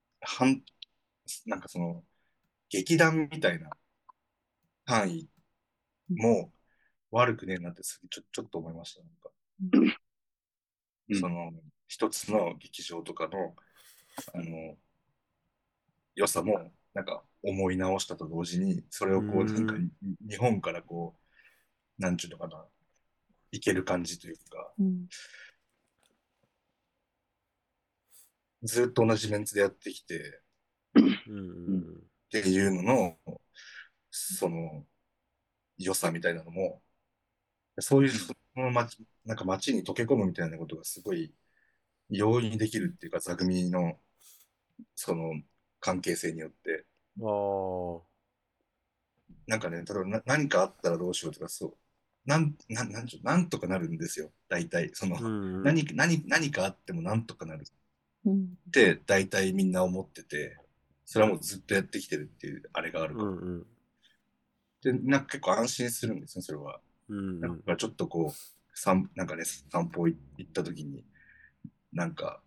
Speaker 3: なんかその、劇団みたいな範囲も悪くねえなってちょっと思いました。なんか、
Speaker 1: うん。
Speaker 3: その、一つの劇場とかの、あの、良さも、なんか思い直したと同時に、それ
Speaker 2: う
Speaker 3: をこう、なんか
Speaker 2: ん。
Speaker 3: 日本からこう、なんちゅうのかな、いける感じというか、ずっと同じメンツでやってきて、
Speaker 2: うん
Speaker 1: うん。
Speaker 3: っていうのの、その、良さみたいなのも、そういう、その街、なんか街に溶け込むみたいなことがすごい容易にできるっていうか、座組の、その、関係性によって、
Speaker 2: ああ。
Speaker 3: なんかね、例えば何かあったらどうしようとか、そう、なんとかなるんですよ、大体。その、
Speaker 2: うんうん。
Speaker 3: 何かあってもなんとかなる
Speaker 4: うん
Speaker 3: って大体みんな思ってて、それはもうずっとやってきてるっていうあれがあるから。
Speaker 2: うんうん。
Speaker 3: で、なんか結構安心するんですよ、それは。
Speaker 2: うんう
Speaker 3: だか
Speaker 2: ん。
Speaker 3: らちょっとこう、なんかね、散歩行った時に、なんか、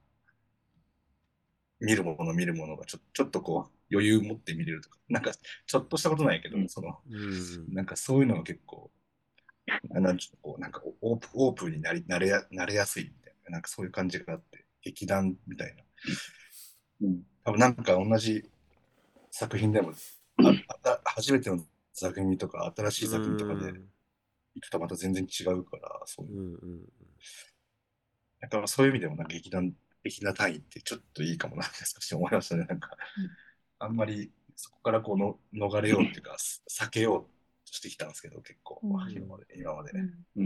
Speaker 3: 見るものがちょっとこう、余裕持って見れるとか、なんか、ちょっとしたことないけど、
Speaker 1: うん。
Speaker 3: その、
Speaker 2: うんうん。
Speaker 3: なんかそういうのが結構、なんちゅうの、こう、なんかオープンになれやすいみたいな、なんかそういう感じがあって、劇団みたいな。
Speaker 1: うん。
Speaker 3: 多分なんか同じ作品でも、初めての座組とか、新しい
Speaker 2: う
Speaker 3: 座組とかで
Speaker 2: ん
Speaker 3: 行くとまた全然違うから、そういうの。
Speaker 2: うんうん。
Speaker 3: だからそういう意味でも、なんか劇団的な単位ってちょっといいかもなって少し思いましたね。なんか、あんまりそこからこうの逃れようっていうか、避けようとしてきたんですけど、結構、今までね。
Speaker 1: うん。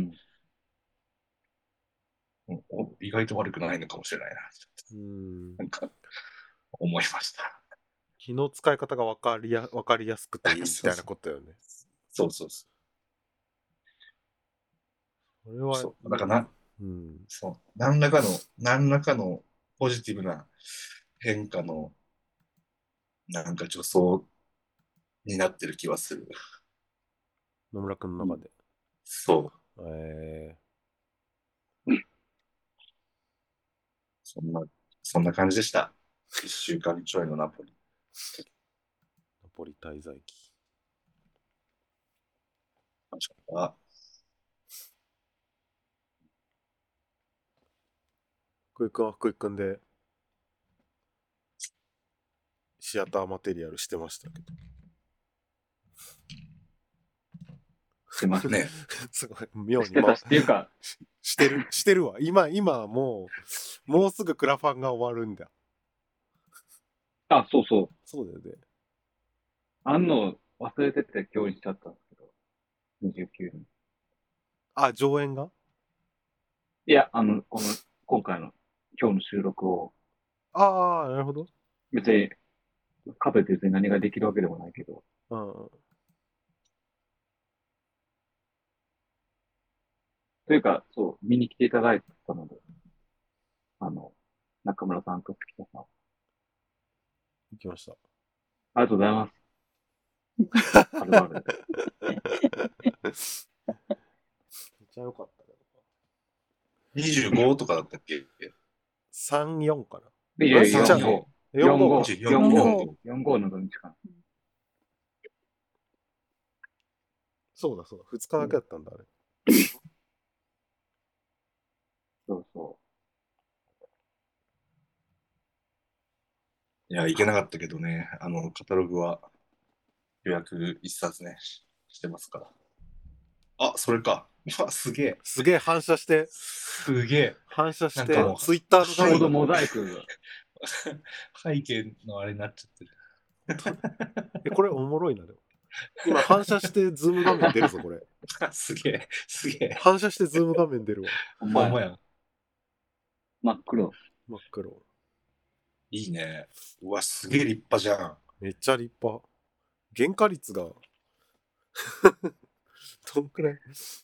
Speaker 3: 意外と悪くないのかもしれないな、ちょっ
Speaker 2: うん。
Speaker 3: となんか思いました。
Speaker 2: 気の使い方がわかりやすくていいみたいな
Speaker 3: そうそう
Speaker 2: ことよね。
Speaker 3: そうそうそ
Speaker 2: それは
Speaker 3: そう。
Speaker 2: いいな。
Speaker 3: だから
Speaker 2: うん。
Speaker 3: そう、何らかのポジティブな変化の、なんか助走になってる気はする。
Speaker 2: 野村くんの
Speaker 1: うん。
Speaker 2: 中で。
Speaker 3: そう。
Speaker 2: え
Speaker 3: そそんな感じでした。一週間ちょいのナポリ。
Speaker 2: ナポリ滞在期。
Speaker 3: 楽しかった。
Speaker 2: 福井くんは福井くんでシアターマテリアルしてましたけど。
Speaker 1: 出ました。
Speaker 3: ね。
Speaker 2: すごい、妙に、
Speaker 1: してたし、っていうか、
Speaker 2: してるわ。今もうすぐクラファンが終わるんだ。
Speaker 1: あ、そうそう。
Speaker 2: そうだよね。
Speaker 1: あんの忘れてて今日にしちゃったんですけど、29日。
Speaker 2: あ、上演が
Speaker 1: いや、今回の、今日の収録を、
Speaker 2: ああ、なるほど。
Speaker 1: 別に、かといって別に何ができるわけでもないけど、
Speaker 2: うん。
Speaker 1: というか、そう、見に来ていただいたので、あの、中村さんと月田さん、
Speaker 2: 行きました。
Speaker 1: ありがとうございます。はるばる。
Speaker 2: めっちゃ良かったけど。
Speaker 3: 25とかだったっけ？
Speaker 2: 3、4かな。
Speaker 1: いやいや、
Speaker 2: じゃあ
Speaker 1: 4、5、
Speaker 2: 4
Speaker 1: 4、
Speaker 2: 号か。
Speaker 1: 5、
Speaker 3: 4
Speaker 1: 4、5、
Speaker 3: 5。
Speaker 1: 4、5の土日かな。
Speaker 2: そうだそうだ。2日だけだったんだ、あれ。
Speaker 1: そうそ
Speaker 3: いや、行けなかったけどね。カタログは予約一冊ね。 してますから。あ、それか。うわ、すげえ。
Speaker 2: すげえ反射して、
Speaker 3: すげえ。
Speaker 2: 反射して
Speaker 3: なんかもう、
Speaker 2: ツイッターの
Speaker 1: ちょうど
Speaker 2: 画面
Speaker 1: モザイクが。
Speaker 3: 背景のあれになっちゃってる。
Speaker 2: これおもろいな、でも。今反射してズーム画面出るぞ、これ。
Speaker 3: すげえ、すげえ。
Speaker 2: 反射してズーム画面出るわ。
Speaker 1: ほんまや。
Speaker 3: ほんまや。
Speaker 1: 真っ黒。
Speaker 2: 真っ黒。
Speaker 3: いいね。うわ、すげえ立派じゃん。
Speaker 2: めっちゃ立派。原価率がどんくらい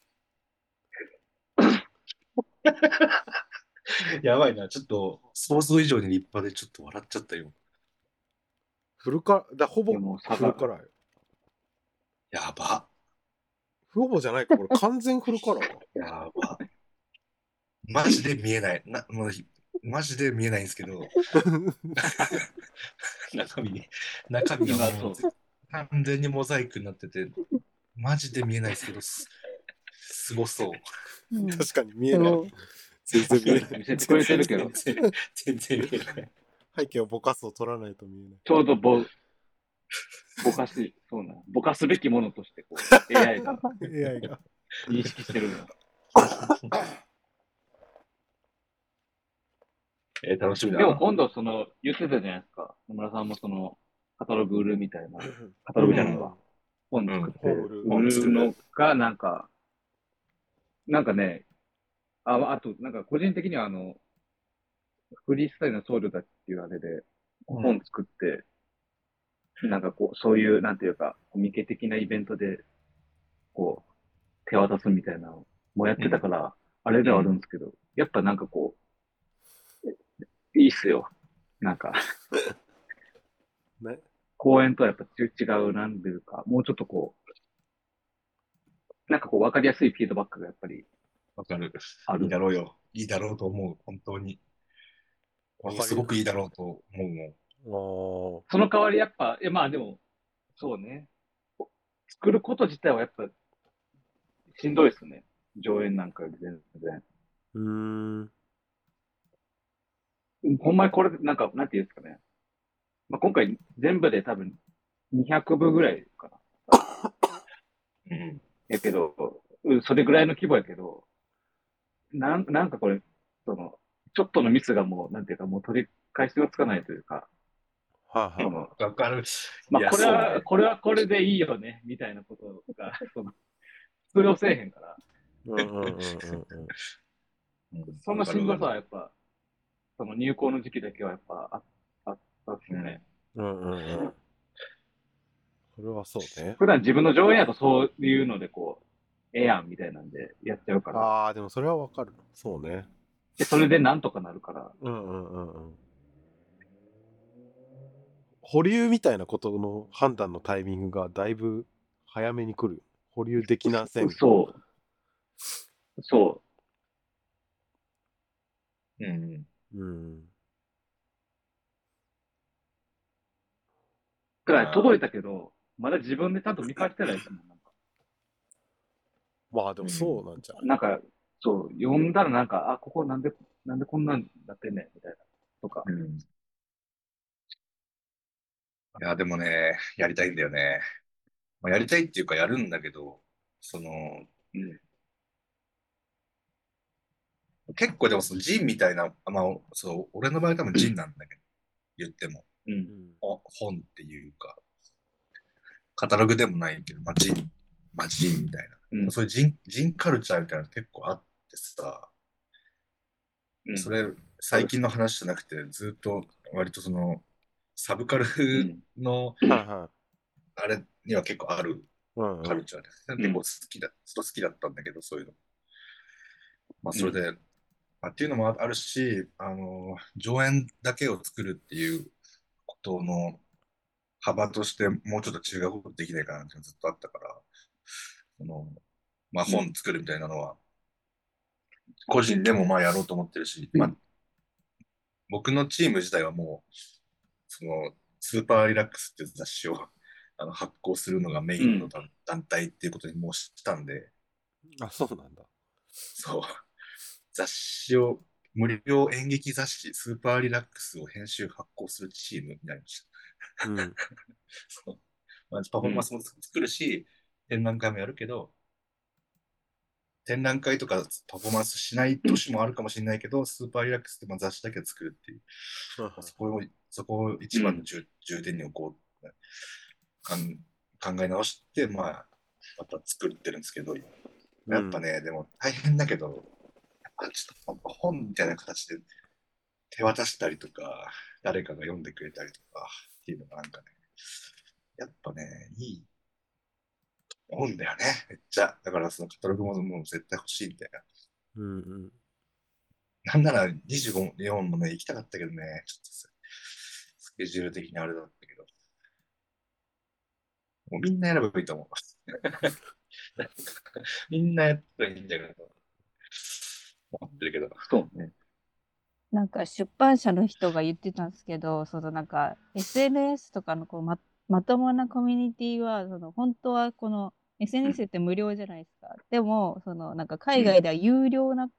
Speaker 3: やばいな。ちょっと、想像以上に立派でちょっと笑っちゃったよ。
Speaker 2: フルカラー、ほぼ
Speaker 1: でも
Speaker 2: フルカラーよ。
Speaker 3: やば。
Speaker 2: ほぼじゃないか、これ完全フルカラーか。
Speaker 3: やば。マジで見えない。もうマジで見えないんですけど、中身がもう完全にモザイクになってて、マジで見えないですけど、すごそう。
Speaker 2: 確かに見えない。全然見えない。
Speaker 1: 見せてくれてるけど、
Speaker 3: 全然見えない。
Speaker 2: 背景をぼかすを取らないと見えない。
Speaker 1: ちょうどぼかし、そうなの。ぼかすべきものとして、こう、AI が
Speaker 2: AI が。
Speaker 1: 認識してるの。
Speaker 3: 楽しみだな。
Speaker 1: でも今度、言ってたじゃないですか。野村さんもカタログ売るみたいな。カタログじゃないわ。本作って、
Speaker 2: 本
Speaker 1: 売るのが、なんかね、あと、なんか個人的にはフリースタイルの僧侶たちっていうあれで、本作って、なんかこう、そういう、なんていうか、コミケ的なイベントで、こう、手渡すみたいなのもやってたから、あれではあるんですけど、やっぱなんかこう、いいっすよ。なんか、
Speaker 2: ね。
Speaker 1: 公演とはやっぱ違う、なんていうか、もうちょっとこう、なんかこう、わかりやすいフィードバックがやっぱり
Speaker 3: わかる。
Speaker 1: ある。
Speaker 3: いいだろうよ。いいだろうと思う。本当に。すごくいいだろうと思うもん。
Speaker 2: あ
Speaker 1: その代わりやっぱ、まあでも、そうね。作ること自体はやっぱしんどいっすね。上演なんかより全然。ほんまにこれ、なんか、なんていうんですかね。まあ、今回全部で多分200部ぐらいかな。やけど、それぐらいの規模やけど、なんかこれ、ちょっとのミスがもう、なんていうか、もう取り返しがつかないというか、
Speaker 2: はあ、は
Speaker 3: わかる。
Speaker 1: まあ、
Speaker 3: そうね。
Speaker 1: これはこれでいいよね、みたいなことが、通用せえへんから、そのしんどさはやっぱ、入校の時期だけはやっぱあったっすね。
Speaker 2: それはそうね。
Speaker 1: 普段自分の上演やとそういうのでこう、ええやんみたいなんでやっちゃうから。
Speaker 2: ああ、でもそれはわかる。そうね。
Speaker 1: で、それでなんとかなるから。
Speaker 2: 保留みたいなことの判断のタイミングがだいぶ早めに来る。保留できなせん。
Speaker 1: そう。そう。だから届いたけど、まだ自分でちゃんと見返してないですもん。なんか
Speaker 2: まあでもそうなんじゃない、
Speaker 1: なんか、そう、読んだらなんか、あ、ここなんでこんなんなってんねん、みたいな。とか。
Speaker 3: いや、でもね、やりたいんだよね。まあ、やりたいっていうかやるんだけど、結構でもそのジンみたいな、まあ、そう、俺の場合多分ジンなんだけど、言っても、本っていうか、カタログでもないけど、まあ、ジンみたいな。そういうジンカルチャーみたいなの結構あってさ、それ、最近の話じゃなくて、ずっと割とサブカルの、あれには結構あるカルチャーです。結構ずっと好きだったんだけど、そういうの。まあ、それで、っていうのもあるし、上演だけを作るっていうことの幅としてもうちょっと違うことできないかなってずっとあったから、まあ、本作るみたいなのは、個人でもまあやろうと思ってるし、まあ、僕のチーム自体はもう、スーパーリラックスっていう雑誌を発行するのがメインの団体っていうことにもうしたんで、
Speaker 2: あ、そうなんだ。
Speaker 3: そう。雑誌を、無料演劇雑誌、スーパーリラックスを編集発行するチームになりました。そう。まあ、パフォーマンスも作るし、 展覧会もやるけど、展覧会とかパフォーマンスしない年もあるかもしれないけど、スーパーリラックスって雑誌だけを作るっていう、そこを一番の重点に置こう、考え直して、また作ってるんですけど、やっぱね、でも大変だけど、ちょっと本みたいな形で手渡したりとか、誰かが読んでくれたりとかっていうのがなんかね、やっぱね、いい思うんだよね、めっちゃ。だからそのカタログももう絶対欲しいみたいな。なんなら24もね、行きたかったけどね、ちょっとスケジュール的にあれだったけど。もうみんなやればいいと思う。みんなやったらいいんだけど、思ってるけど。
Speaker 1: そうね。
Speaker 4: なんか出版社の人が言ってたんですけど、そのなんか SNS とかのこうまともなコミュニティは、その本当はこの SNS って無料じゃないですか。でも、そのなんか海外では有料な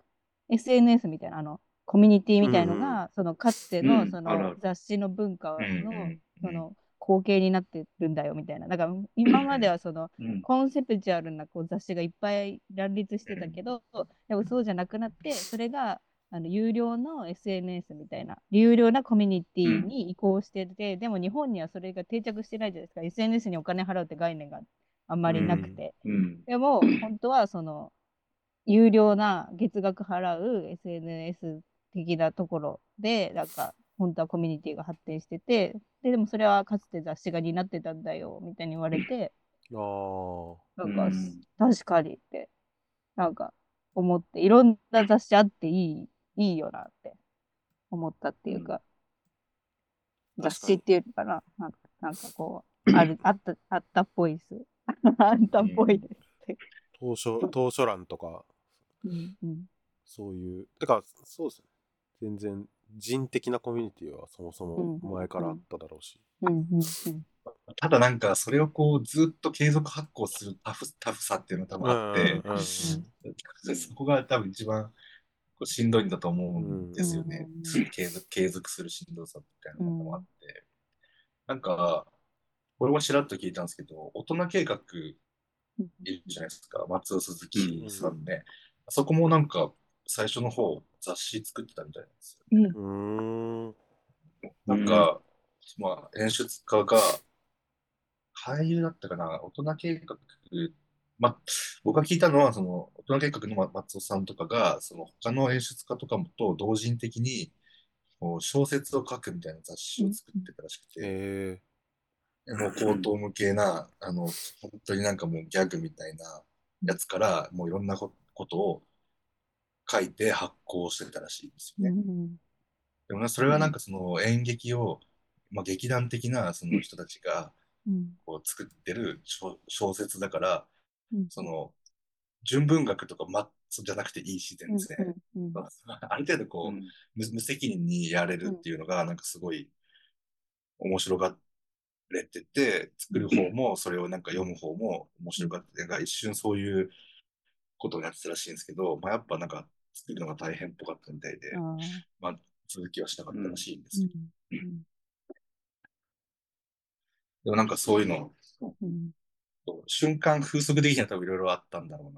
Speaker 4: SNS みたいな、コミュニティみたいのが、そのかつてのその雑誌の文化の、その後継になってるんだよみたいな。だから今まではそのコンセプチュアルなこう雑誌がいっぱい乱立してたけど、でもそうじゃなくなって、それが有料の SNS みたいな、有料なコミュニティに移行してて、でも日本にはそれが定着してないじゃないですか。SNS にお金払うって概念があんまりなくて。でも、本当はその、有料な月額払う SNS 的なところで、なんか、本当はコミュニティが発展してて、でもそれはかつて雑誌が担ってたんだよ、みたいに言われて、なんか、確かにって、なんか、思って、いろんな雑誌あっていいよなって思ったっていうか、雑誌っていうのかな、なんかこう、あったっぽいです。あったっぽいですって。
Speaker 2: 当初欄とか、そういう、てか、そうですね。全然人的なコミュニティはそもそも前からあっただろうし。
Speaker 3: ただなんか、それをこう、ずっと継続発行するタフさっていうのが多分あって、そこが多分一番しんどいんだと思うんですよね。継続するしんどさみたいなのもあって。なんか、これもちらっと聞いたんですけど、大人計画いるじゃないですか。松尾鈴木さんね。あそこもなんか、最初の方、雑誌作ってたみたいなんですよね。なんか、まあ、演出家が、俳優だったかな、大人計画、まあ、僕が聞いたのは、その、大人計画の松尾さんとかが、その、他の演出家とかもと同人的に、こう小説を書くみたいな雑誌を作ってたらしくて、もう高等無形な、本当になんかもうギャグみたいなやつから、もういろんなことを書いて発行してたらしいんですよね。でもね、それはなんかその演劇を、まあ、劇団的なその人たちがこう作ってる小説だから、その純文学とかじゃなくていいし、全然。ある程度こう、無責任にやれるっていうのが、なんかすごい面白がれてて、作る方も、それをなんか読む方も面白がって、なんか一瞬そういうことをやってたらしいんですけど、まあやっぱなんか作るのが大変っぽかったみたいで、まあ続きはしなかったらしいんですけど。でもなんかそういうの、瞬間風速的には多分いろいろあったんだろうな。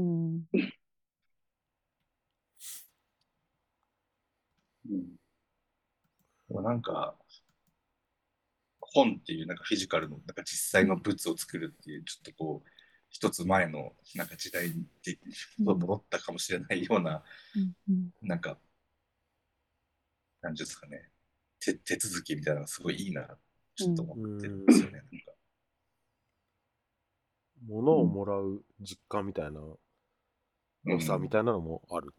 Speaker 3: でもなんか、本っていうなんかフィジカルのなんか実際の物を作るっていうちょっとこう一つ前のなんか時代に戻ったかもしれないような、なんか何ですかね、手続きみたいなのがすごいいいなちょっと思ってるんですよね。なんか
Speaker 2: 物をもらう実感みたいな良さみたいなのもある。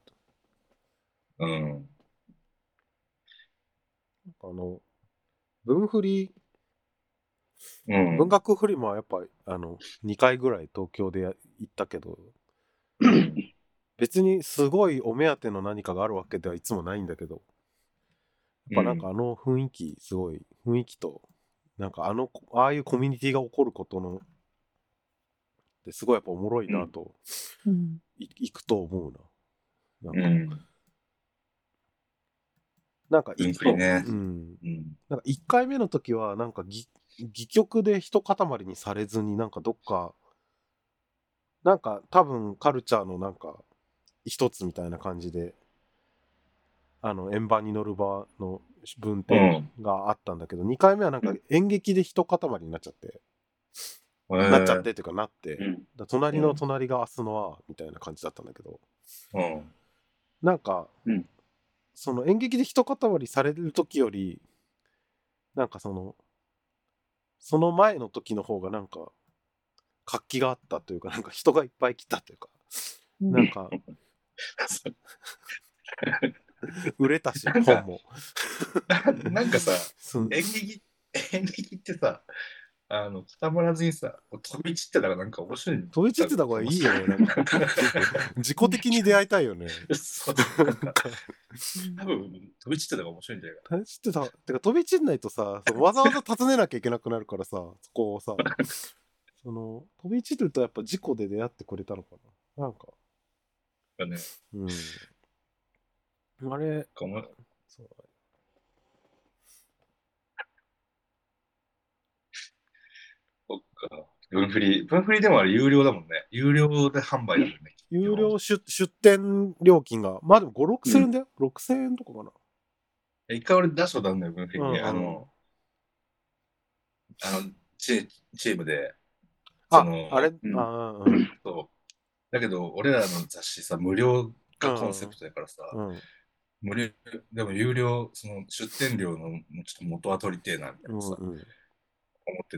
Speaker 2: 文学フリマはやっぱ2回ぐらい東京で行ったけど、別にすごいお目当ての何かがあるわけではいつもないんだけど、やっぱなんか雰囲気、すごい雰囲気と、なんかああいうコミュニティが起こることのすごいやっぱおもろいなと、行くと思うな。なんか行くと、なんか1回目の時はなんか戯曲で一塊にされずになんかどっかなんか多分カルチャーのなんか一つみたいな感じで、円盤に乗る場の文典があったんだけど、2回目はなんか演劇で一塊になっちゃって、なっちゃってっていうかなって、隣の隣が明日のアーみたいな感じだったんだけど、なんか、その演劇で一塊される時より、なんかその前の時の方がなんか活気があったというか、なんか人がいっぱい来たというか、なんか売れたし、本も。
Speaker 3: なんかさ、演劇ってさ、固まらずにさ、飛び散ってたらなんか面白い。
Speaker 2: 飛び散ってた方がいいよね。なんか自己的に出会いたいよね。
Speaker 3: そう多分飛び散ってた方が面白いんじゃないかな。
Speaker 2: 飛び散ってた。てか飛び散んないとさ、わざわざ訪ねなきゃいけなくなるからさ、そこをさ、飛び散るとやっぱ事故で出会ってくれたのかな。なんか。
Speaker 3: ね。
Speaker 2: あれ、そう。
Speaker 3: そっか。分振りでもあれ有料だもんね。有料で販売だもんね。
Speaker 2: 有料出店料金が、まあでも5、6千円だよ。6000円とかかな。
Speaker 3: 一回俺出したことあるんだよ、分振りに。チームで。
Speaker 2: あれ、
Speaker 3: そう。だけど、俺らの雑誌さ、無料がコンセプトだからさ、無料、でも有料、その出店料のちょっと元は取りてえな、みたいなさ、思って、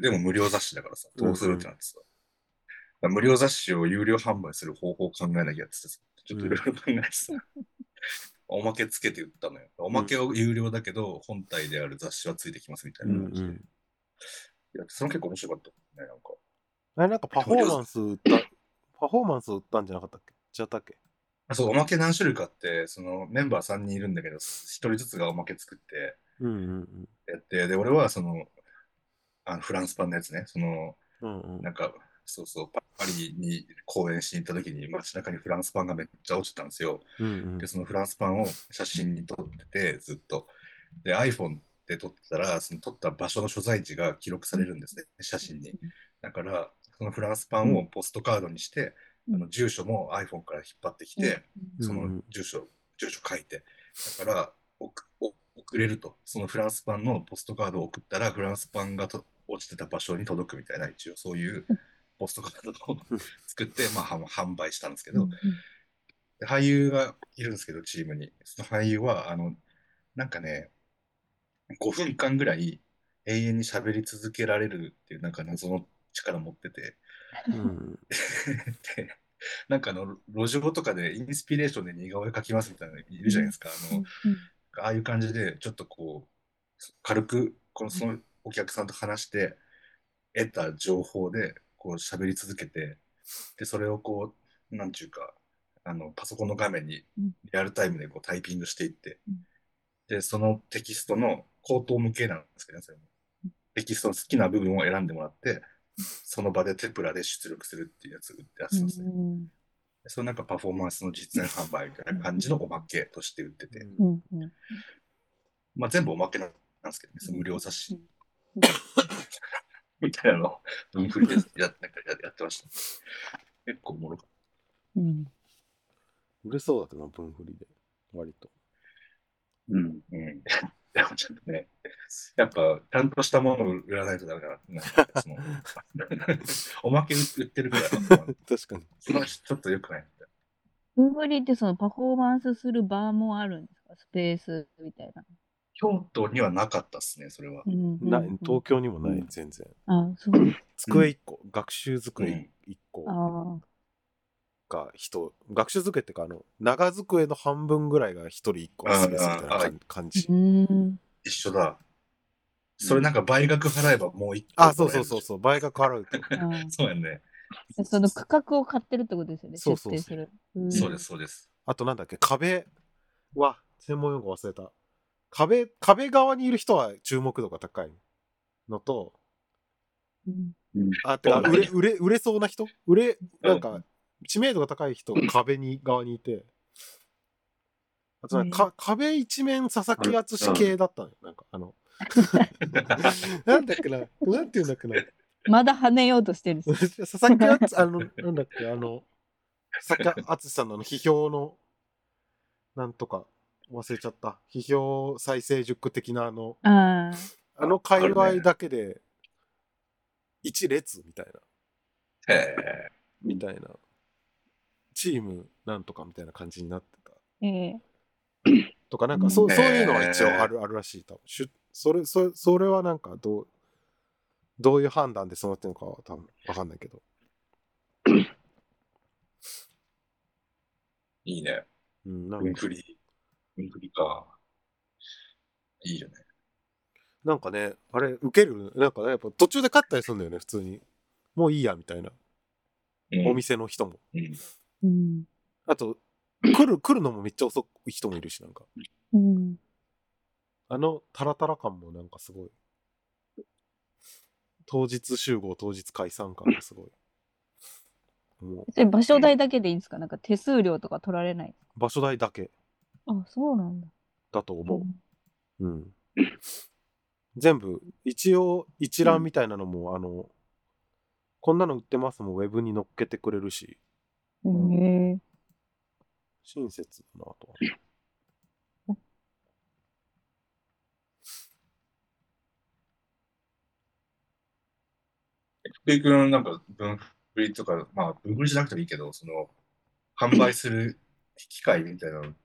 Speaker 3: でも無料雑誌だからさ、どうするってなってさ、無料雑誌を有料販売する方法を考えなきゃってさ、ちょっといろいろ考えてさ、おまけつけて売ったのよ。おまけは有料だけど、本体である雑誌はついてきますみたいな感じで。いや、それ結構面白かったね、なんか。
Speaker 2: なんかパフォーマンス売ったんじゃなかったっけ？違ったっけ？
Speaker 3: そう、おまけ何種類かあって、そのメンバー3人いるんだけど、1人ずつがおまけ作ってやって、で、俺はその、フランスパンのやつね、その、なんか、そうそう、パリに公演しに行った時に街中にフランスパンがめっちゃ落ちたんですよ。で、そのフランスパンを写真に撮ってて、ずっと。で、iPhone で撮ってたら、その撮った場所の所在地が記録されるんですね、写真に。だから、そのフランスパンをポストカードにして、住所も iPhone から引っ張ってきて、その住所書いて、だから送れると、そのフランスパンのポストカードを送ったら、フランスパンが落ちてた場所に届くみたいな、一応そういうポストカードを作って、まあ、販売したんですけど、俳優がいるんですけど、チームに。その俳優は、なんかね、5分間ぐらい永遠に喋り続けられるっていう、なんか謎の力持ってて、でなんか路上とかでインスピレーションで似顔絵描きますみたいなのいるじゃないですか。ああいう感じで、ちょっとこう、軽く、そのお客さんと話して、得た情報で、こう喋り続けて、で、それをこう、なんちゅうか、パソコンの画面にリアルタイムでこうタイピングしていって、で、そのテキストの口頭無形なんですけどね、それも。テキストの好きな部分を選んでもらって、その場でテプラで出力するっていうやつ売ってやつなんですね。そのなんかパフォーマンスの実演販売みたいな感じのおまけとして売ってて。まあ全部おまけなんですけどね、その無料雑誌。みたいなのを分振りでやってました。結構おもろかった。
Speaker 2: 売れそうだったな、分振りで。割と。
Speaker 3: でもちょっとね、やっぱ、ちゃんとしたものを売らないとダメだな。そのおまけ売ってるぐらいは、
Speaker 2: 確かに。
Speaker 3: ちょっと良くない。
Speaker 4: 分振りってそのパフォーマンスする場もあるんですか？スペースみたいな。
Speaker 3: 京都にはなかったっすね、それは。
Speaker 2: 東京にもない、全然。机1個、学習机1個が学習机ってか、長机の半分ぐらいが1人1個のスペースみたいな感じ。
Speaker 3: 一緒だ。それなんか倍額払えばもう1個。
Speaker 2: そう、倍額払うと。
Speaker 3: そうやね。
Speaker 4: その区画を買ってるってことですよね。
Speaker 3: そうです、そうです。
Speaker 2: あとなんだっけ、壁は、専門用語忘れた。壁側にいる人は注目度が高いのと、てか売れそうな人、なんか知名度が高い人が壁側にいて、あと壁一面佐々木敦系だったのよ。なんかなんだっけな、なんていうんだっけな。
Speaker 4: まだ跳ねようとしてるんですよ。
Speaker 2: 佐々木なんだっけ、佐々木敦さんの批評の、なんとか、忘れちゃった。批評再生塾的な
Speaker 4: あ
Speaker 2: 界隈だけで、一列みたいな、
Speaker 3: へえ。
Speaker 2: みたいな、チームなんとかみたいな感じになってた。
Speaker 4: え
Speaker 2: とか、なんか
Speaker 4: うん
Speaker 2: そういうのは一応あるらしい。多分それはなんかどういう判断でそうなってるのかは多分わかんないけど。
Speaker 3: いいね。
Speaker 2: うん、なんか
Speaker 3: 文振り。文振りか。いいよね。
Speaker 2: なんかね、あれ、受ける、なんかね、やっぱ途中で勝ったりするんだよね、普通に。もういいや、みたいな。お店の人も。
Speaker 3: うん。
Speaker 4: うん。
Speaker 2: あと、来るのもめっちゃ遅い人もいるし、なんか。
Speaker 4: うん。
Speaker 2: タラタラ感もなんかすごい。当日集合、当日解散感がすごい。も
Speaker 4: それ場所代だけでいいんですか？なんか手数料とか取られない？
Speaker 2: う、場所代だけ
Speaker 4: あ、そうなんだ。
Speaker 2: だと思
Speaker 4: ん
Speaker 2: う。うん。全部、一応、一覧みたいなのも、こんなの売ってますもん、ウェブに載っけてくれるし、
Speaker 4: へえ。
Speaker 2: 親切だなとは。
Speaker 3: 福井君なんか文振りとか、まあ文振りじゃなくてもいいけど、販売する機会みたいなのって、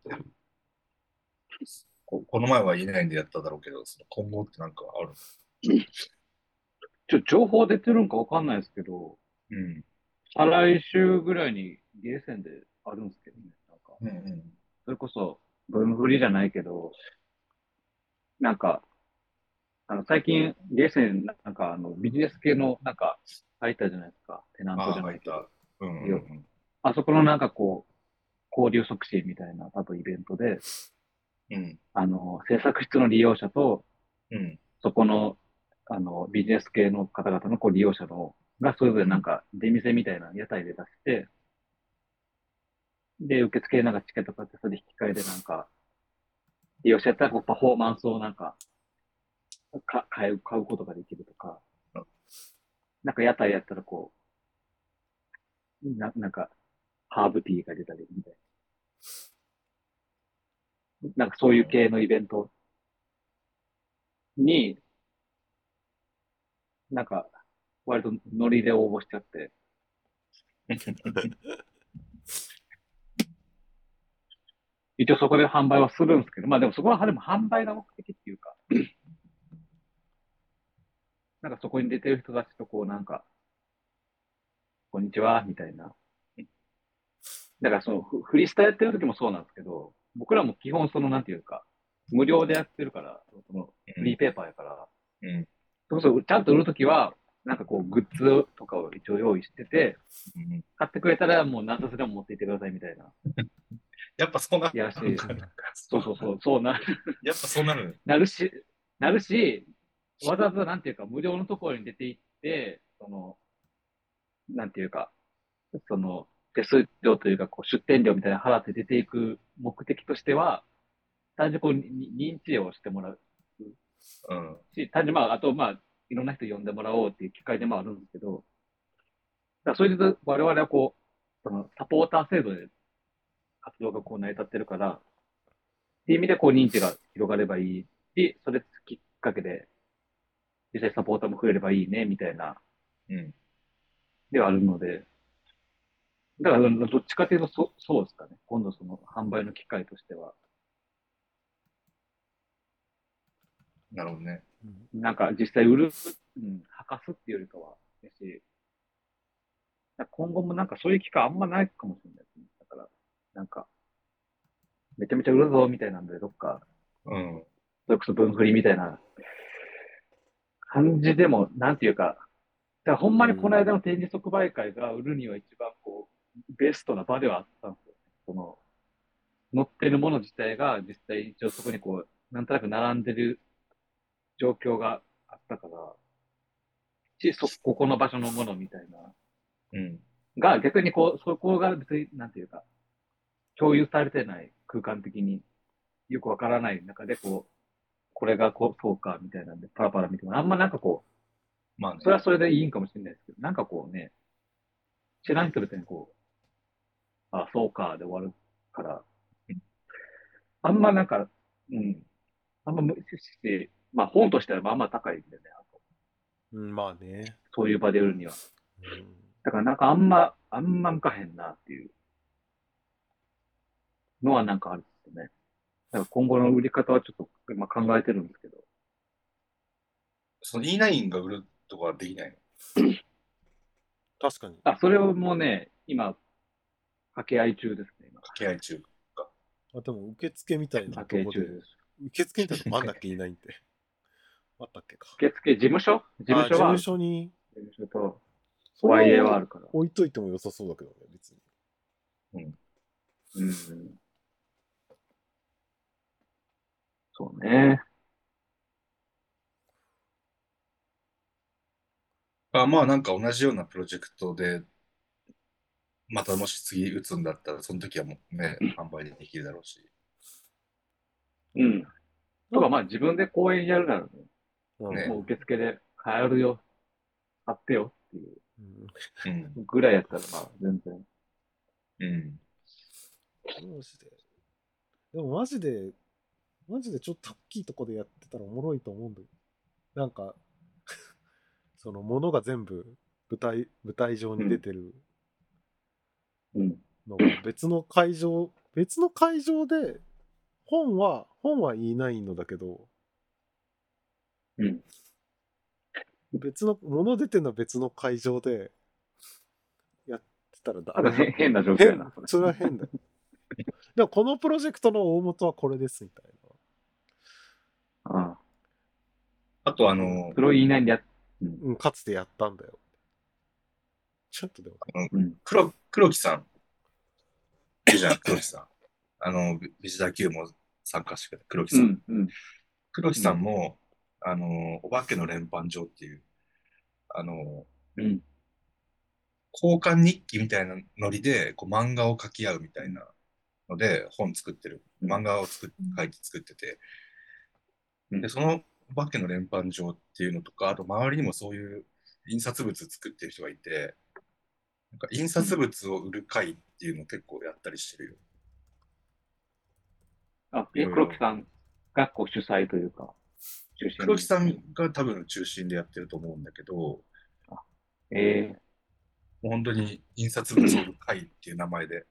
Speaker 3: この前は言えないんでやっただろうけど、今後ってなんかある？
Speaker 1: 情報出てるんかわかんないですけど、
Speaker 3: うん。
Speaker 1: 再来週ぐらいにゲーセンであるんですけどね。なんか、
Speaker 3: うんうん。
Speaker 1: それこそ、分振りじゃないけど、なんか、最近、ゲーセン、なんか、ビジネス系の、なんか、入ったじゃないですか。テナントじ
Speaker 3: ああ、入った。
Speaker 1: ゃないけど。
Speaker 3: うんうん
Speaker 1: よあそこのなんかこう、交流促進みたいな、多分イベントで、
Speaker 3: うん。うん。
Speaker 1: 制作室の利用者と、
Speaker 3: うん。
Speaker 1: そこの、ビジネス系の方々のこう利用者がそれぞれなんか出店みたいな屋台で出して、で、受付なんかチケット買って、それで引き換えでなんか、利用者やったらこうパフォーマンスをなんか、買うことができるとか、なんか屋台やったらこなんか、ハーブティーが出たりみたいな。なんかそういう系のイベントに、なんか、割とノリで応募しちゃって、一応そこで販売はするんですけど、まあでもそこはでも販売が目的っていうか、なんかそこに出てる人たちとこうなんか、こんにちは、みたいな。だからそのフリースタやってる時もそうなんですけど、僕らも基本なんていうか、無料でやってるから、そのフリーペーパーやから、
Speaker 3: うん。
Speaker 1: ちゃんと売るときは、なんかこうグッズとかを一応用意してて、
Speaker 3: うん。
Speaker 1: 買ってくれたらもう何冊でも持っていってくださいみたいな。
Speaker 3: やっぱそうなる。
Speaker 1: やらして、そう
Speaker 3: やっぱそうなる。
Speaker 1: なるし、わざわざなんていうか無料のところに出て行って、なんていうか、手数料というか、こう、出店料みたいなの払って出ていく目的としては、単純にこう、認知をしてもらう
Speaker 3: うん。
Speaker 1: し、単純にまあ、あとまあ、いろんな人呼んでもらおうっていう機会でもあるんですけど、だからそれで我々はこう、サポーター制度で活動がこう成り立ってるから、っていう意味でこう認知が広がればいいし、それきっかけで実際サポーターも増えればいいね、みたいな、
Speaker 3: うん。
Speaker 1: ではあるので、だからどっちかというとそうですかね。今度その販売の機会としては。
Speaker 3: なるほどね。
Speaker 1: なんか実際履かすっていうよりかは、し、今後もなんかそういう機会あんまないかもしれないですね。だから、なんか、めちゃめちゃ売るぞみたいなんで、どっか、
Speaker 3: うん。
Speaker 1: それこそ分振りみたいな感じでも、なんていうか、だからほんまにこの間の展示即売会が売るには一番こう、ベストな場ではあったんですよね。乗ってるもの自体が実際一応そこにこう、なんとなく並んでる状況があったから、ここの場所のものみたいな、
Speaker 3: うん。
Speaker 1: が逆にこう、そこが別に、なんていうか、共有されてない空間的によくわからない中でこう、これがこう、そうか、みたいなんで、パラパラ見ても、あんまなんかこう、
Speaker 3: まあね
Speaker 1: そ。れはそれでいいんかもしれないですけど、なんかこうね、知らん人別にこう、あ、そうか、で終わるから、あんまなんか、うん、あんま無視して、まあ本としてはまあまあ高いんでね、
Speaker 2: うん、まあね。
Speaker 1: そういう場で売るには。
Speaker 2: うん。
Speaker 1: だからなんかあんま向かへんなっていうのはなんかあるんですよね。だから今後の売り方はちょっと、まあ、考えてるんですけど。
Speaker 3: その E9 が売るとかはできないの？
Speaker 2: 確かに。
Speaker 1: あ、それをもうね、今、掛け合い中ですね、今。
Speaker 3: 掛け合い中か。
Speaker 2: あ、でも受付みたいな
Speaker 1: 掛
Speaker 2: とこで、
Speaker 1: け合い中です。
Speaker 2: 受付みたいなとこあんだっけ、いないんて。あったっけか。
Speaker 1: 受付、事務
Speaker 2: あ、事務
Speaker 1: 所はある。
Speaker 2: 所に、
Speaker 1: 事務所と
Speaker 2: それ
Speaker 1: YA は
Speaker 2: は
Speaker 1: あるから。
Speaker 2: 置いといても良さそうだけどね、別に。
Speaker 1: うん。そうね。
Speaker 3: あ、まあなんか同じようなプロジェクトで、またもし次打つんだったら、その時はもうね、販売できるだろうし。
Speaker 1: うん。とか、まあ自分で公演やるならね、
Speaker 2: うん。
Speaker 3: ね
Speaker 1: もう受付で買えるよ、買ってよっていう
Speaker 3: うん。
Speaker 1: ぐらいやったら、まあ全然。
Speaker 3: うん。
Speaker 2: マジで。でもマジでちょっと大きいとこでやってたらおもろいと思うんだよ。なんか、そのものが全部舞台上に出てる
Speaker 1: うん。
Speaker 2: のが別の会場で、本は E9 のだけど、
Speaker 1: うん。
Speaker 2: もの出てるのは別の会場でやってたら
Speaker 1: ただね、変な状況やな、それ。
Speaker 2: それは変だよ。でもこのプロジェクトの大元はこれですみたい
Speaker 1: あ
Speaker 3: あと
Speaker 1: あ。それを言いないんでやっ、うん。
Speaker 2: な。うん、かつてやったんだよ。ちょっとでも。
Speaker 1: うん。
Speaker 3: 黒木さん、いるじゃん、黒木さん。ビジター Q も参加してくれた黒木さん。
Speaker 1: うん。うん。
Speaker 3: 黒木さんも、お化けの連番上っていう、あの、
Speaker 1: うん。
Speaker 3: 交換日記みたいなノリで、こう漫画を描き合うみたいなので、本作ってる。漫画を書いて作ってて、
Speaker 1: うん
Speaker 3: で、そのお化けの連番上っていうのとか、あと周りにもそういう印刷物作ってる人がいて、なんか印刷物を売る会っていうのを結構やったりしてるよ。
Speaker 1: あ、
Speaker 3: いろいろ
Speaker 1: 黒木さんがこう主催というか、中心に。
Speaker 3: 黒木さんが多分中心でやってると思うんだけど、も
Speaker 1: ええ
Speaker 3: う本当に印刷物を売る会っていう名前で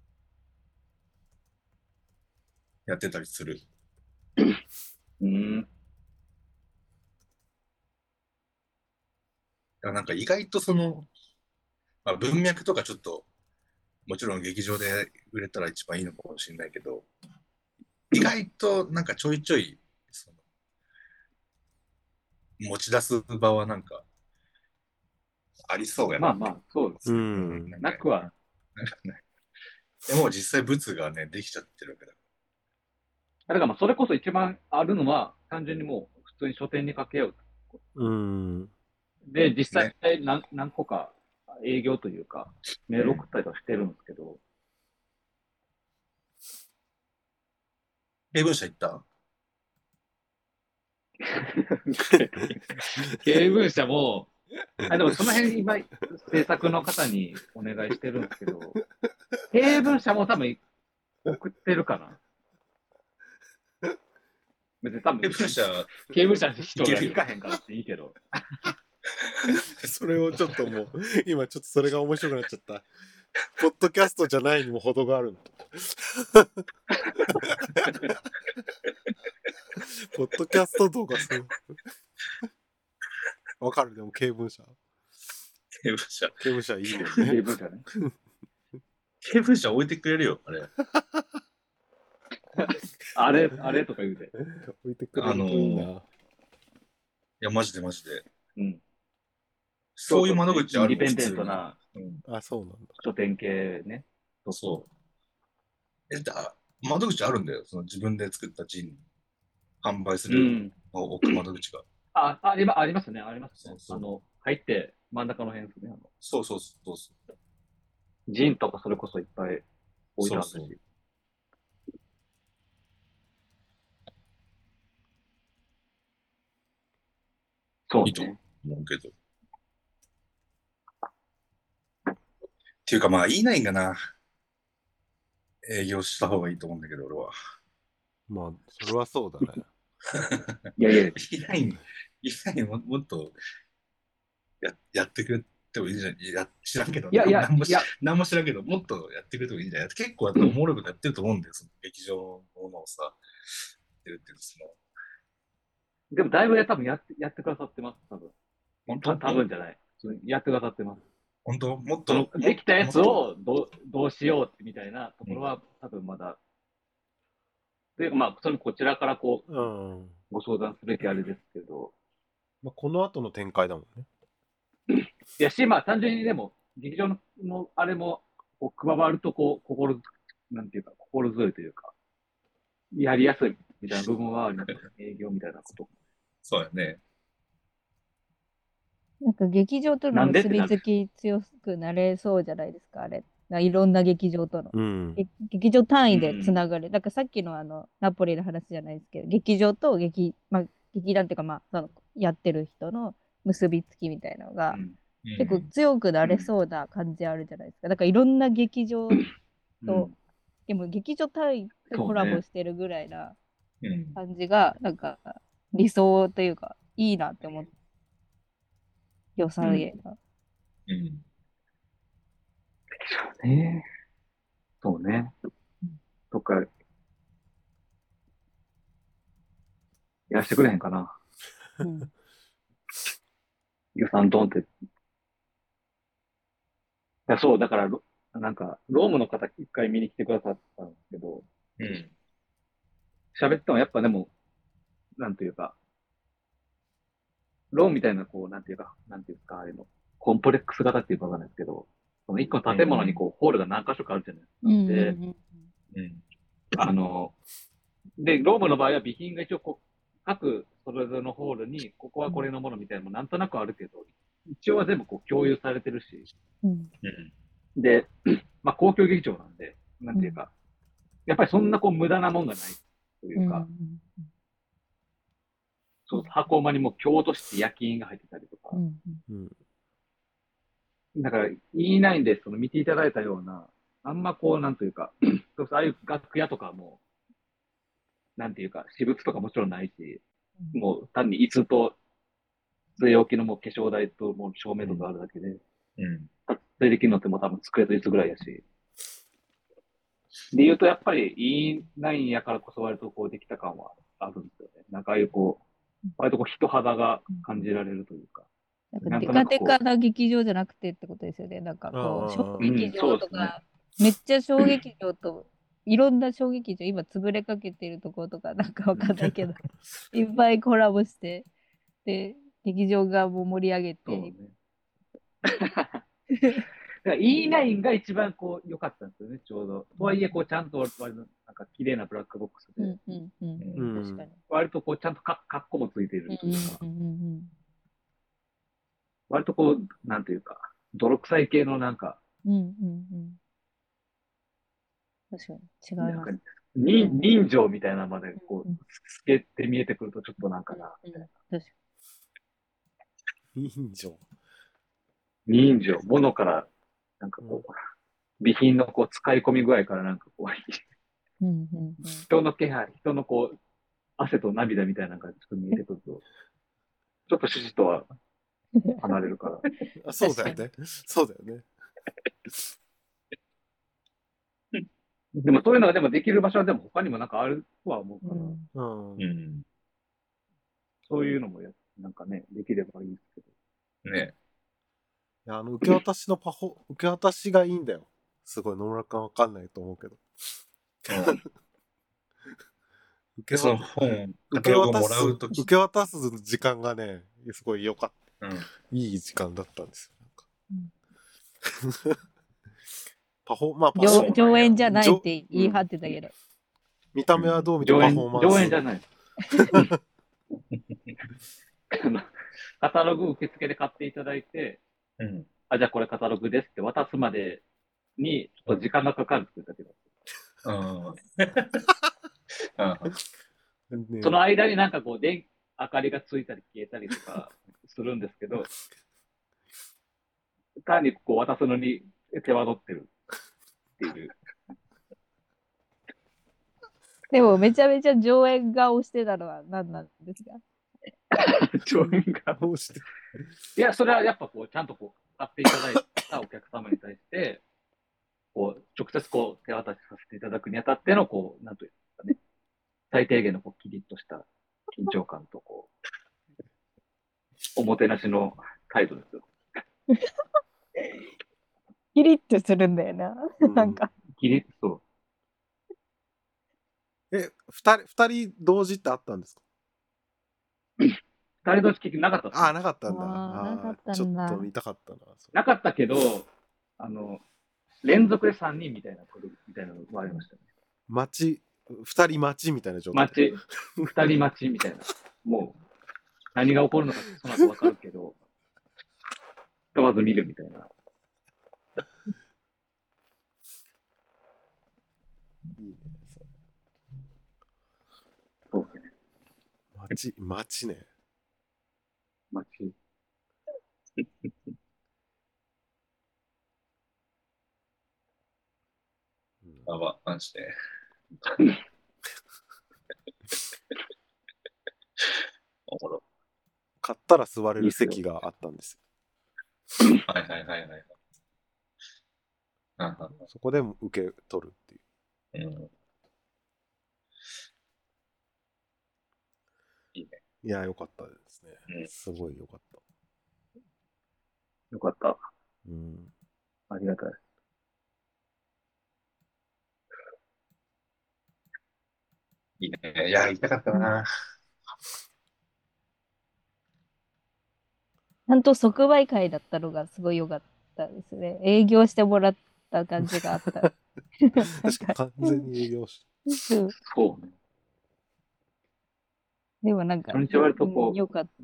Speaker 3: やってたりする。
Speaker 1: うん。
Speaker 3: だからなんか意外とその、まあ、文脈とかちょっと、もちろん劇場で売れたら一番いいのかもしれないけど、意外となんかちょいちょい、その持ち出す場はなんかありそうやな。
Speaker 1: まあまあ、そうです。
Speaker 2: うん。
Speaker 3: なんか
Speaker 1: なくは、
Speaker 3: なんかね。でも実際物がね、できちゃってるわけだか
Speaker 1: だからまあ、それこそ一番あるのは、単純にもう、普通に書店に掛け合う。
Speaker 2: うん。
Speaker 1: で、実
Speaker 3: ね
Speaker 1: 際何個か営業というか、メール送ったりとかしてるんですけど、
Speaker 3: ら。英文社行った？
Speaker 1: 経営文社も、でもその辺今、制作の方にお願いしてるんですけど、経営文社も多分送ってるかな。別に多分
Speaker 3: 英、文社、
Speaker 1: 経営文社の人が行かへんからっていいけど。
Speaker 2: それをちょっともう、今ちょっとそれが面白くなっちゃった。ポッドキャストじゃないにも程があるの。ポッドキャスト動画そう。わかるでも、経文社。
Speaker 3: 英文社。
Speaker 2: 経文社いいよ
Speaker 1: 経
Speaker 2: ね。
Speaker 1: 営文社ね。
Speaker 3: 英文社置いてくれるよ、あれ。
Speaker 1: あれとか言うて。
Speaker 2: 置いてくれるといいな。
Speaker 3: いや、マジでマジで。
Speaker 1: うん。
Speaker 3: そういう窓口ある
Speaker 1: インディペンデントな
Speaker 3: 普通に。
Speaker 2: あ、そうなんだ。
Speaker 1: 書店系ね。
Speaker 3: そう。窓口あるんだよ。その自分で作ったジン、販売する
Speaker 1: うん。
Speaker 3: のを置く窓口が。
Speaker 1: ありますね、ありますね。
Speaker 3: そうそう
Speaker 1: 入って真ん中の辺ですね。
Speaker 3: そうそうそうそう。
Speaker 1: ジンとかそれこそいっぱい置いてあるし。
Speaker 3: そうそう
Speaker 1: そうね。
Speaker 3: いいと思う。 思うけど。っていうかまあ E9 がな、営業した方がいいと思うんだけど、俺は。
Speaker 2: まあ、それはそうだね。
Speaker 1: いやいや、
Speaker 3: E9 もっとやってくれてもいいんじゃない？知らんけど、
Speaker 1: いやいや
Speaker 3: なんも
Speaker 1: いや、
Speaker 3: なんも知らんけど、もっとやってくれてもいいんじゃない？結構やっておもろいことやってると思うんだよ、その劇場のものをさ、やってるっていうその、
Speaker 1: でもだいぶ多分やってくださってます、多分。
Speaker 3: 本当
Speaker 1: 多分じゃない。やってくださってます。
Speaker 3: 本当もっ
Speaker 1: その
Speaker 3: と、
Speaker 1: できたやつ
Speaker 3: もっ
Speaker 1: をどうしようってみたいなところは、多分まだ、というかまあ、そのこちらからこう、
Speaker 2: うん。
Speaker 1: ご相談すべきあれですけど、
Speaker 2: まあ、この後の展開だもんね。
Speaker 1: いやし、まあ単純にでも、劇場のあれも、こう加わるとこう、なんていうか、心強いというか、やりやすいみたいな部分はありますね。営業みたいなこと。
Speaker 3: そうやね。
Speaker 4: なんか劇場との
Speaker 1: なんでってなる。
Speaker 4: 結びつき強くなれそうじゃないですか、あれ。いろんな劇場との。
Speaker 2: うん。
Speaker 4: 劇場単位でつながる。だからさっきのナポリの話じゃないですけど、劇場とまあ、劇団っていうか、まあ、やってる人の結びつきみたいなのが、結構強くなれそうな感じあるじゃないですか。だからいろんな劇場と、でも劇場単位でコラボしてるぐらいな感じが、なんか理想というか、いいなって思って、予算映画。
Speaker 1: そうね。そうね。とか、やらしてくれへんかな。予算ドンって。いや、そう、だから、なんか、ロームの方一回見に来てくださったんですけど、喋ったのはやっぱでも、なんていうか、ローンみたいな、こう、なんていうか、なんていうんですか、あれの、コンプレックス型っていうかわかんないですけど、その一個の建物にこう、ホールが何箇所かあるじゃないですか。で、で、ロームの場合は備品が一応こう、各それぞれのホールに、ここはこれのものみたいなのもなんとなくあるけど、一応は全部こう共有されてるし、で、まあ公共劇場なんで、なんていうか、やっぱりそんなこう無駄なもんがないというか、そう箱馬にも京都市って焼き印が入ってたりとか、だから E9 でその見ていただいたような、あんまこうなんというか、ああいう楽屋とかも、なんていうか、私物とかもちろんないし、もう単に椅子と据え置きのもう化粧台ともう照明とかあるだけで、撮影できるのってもう多分机と椅子ぐらいやし。で言うとやっぱり E9 やからこそ割とこうできた感はあるんですよね。なんかああいうこう、割とこう人肌が感じられるというか。
Speaker 4: なんかデカデカな劇場じゃなくてってことですよね。なんかこう、小劇場とか、めっちゃ小劇場と、いろんな小劇場、今潰れかけてるところとかなんかわかんないけど、いっぱいコラボして、で、劇場がもう盛り上げて。
Speaker 1: E9 が一番こう良かったんですよね、ちょうど。とはいえ、こうちゃんと割となんか綺麗なブラックボックスで、
Speaker 4: 確かに。
Speaker 1: 割とこうちゃんとカッコもついているというか、割とこう、なんていうか、泥臭い系のなんか、
Speaker 4: 確かに違います。
Speaker 1: 人情みたいなまでこう、透けて見えてくるとちょっとなんかな、みたいな。
Speaker 2: 人情。
Speaker 1: 人情、物から、なんかこう、備品のこう使い込み具合からなんかこう、人の気配、人のこう、汗と涙みたいなのがちょっと見えてくると、ちょっと趣旨とは離れるから。
Speaker 2: あ、そうだよね。そうだよね。
Speaker 1: でもそういうのがでもできる場所はでも他にもなんかあるとは思うから、そういうのもなんかね、できればいいですけど。
Speaker 3: ね。
Speaker 2: いや、受け渡しの受け渡しがいいんだよ。すごい野村くんわかんないと思うけど。
Speaker 3: 受け
Speaker 2: 渡す時間がね、すごい良かった。いい時間だったんですよ。
Speaker 4: 上演じゃないって言い張ってたけど。
Speaker 2: 見た目はどう見てもパフォーマンス。
Speaker 1: 上演じゃない。カタログ受付で買っていただいて、あ、じゃあこれカタログですって渡すまでにちょっと時間がかかるって言ったけど。その間になんかこう明かりがついたり消えたりとか、 するんですけど、単にこう渡すのに手間取ってるっていう。
Speaker 4: でもめちゃめちゃ上演顔してたのは何なんですか？
Speaker 1: 上演が。
Speaker 2: どうして
Speaker 1: いや、それはやっぱこう、ちゃんとこう、買っていただいたお客様に対して、こう、直接こう、手渡しさせていただくにあたっての、こう、なんというんですかね、最低限のこう、キリッとした緊張感と、こう、おもてなしの態度ですよ。
Speaker 4: キリッとするんだよな。なんか。
Speaker 1: キリッと。
Speaker 2: 二人同時ってあったんですか？
Speaker 1: 二人同時結局なかったっすね。
Speaker 2: なかったんだ。
Speaker 4: なかった
Speaker 2: ちょ
Speaker 4: んだ。
Speaker 2: っと見たかったな。
Speaker 1: なかったけど、連続で3人みたいなこと、みたいなのもありましたね。
Speaker 2: 二人待ちみたいな状態。
Speaker 1: 二人待ちみたいな。もう、何が起こるのかその後わかるけど、問わず見るみたいな。
Speaker 2: いいね。
Speaker 1: そうですね。
Speaker 2: 待ちね。
Speaker 1: 待ち。
Speaker 3: マジで。おもろ。
Speaker 2: 買ったら座れる席があったんです
Speaker 3: はいはいはいはい。
Speaker 2: そこでも受け取るっていう。
Speaker 3: いいね。
Speaker 2: いや、よかったですね。すごいよかった。
Speaker 1: よかった。
Speaker 2: うん。
Speaker 1: ありがたい。
Speaker 3: いいね。いや、行きたかったな。
Speaker 4: ちゃんと即売会だったのがすごい良かったですね。営業してもらった感じがあった。
Speaker 2: 確かに完全に営業し
Speaker 1: そうね。
Speaker 4: でもなんか、
Speaker 1: 初日割とこう、
Speaker 4: よかった。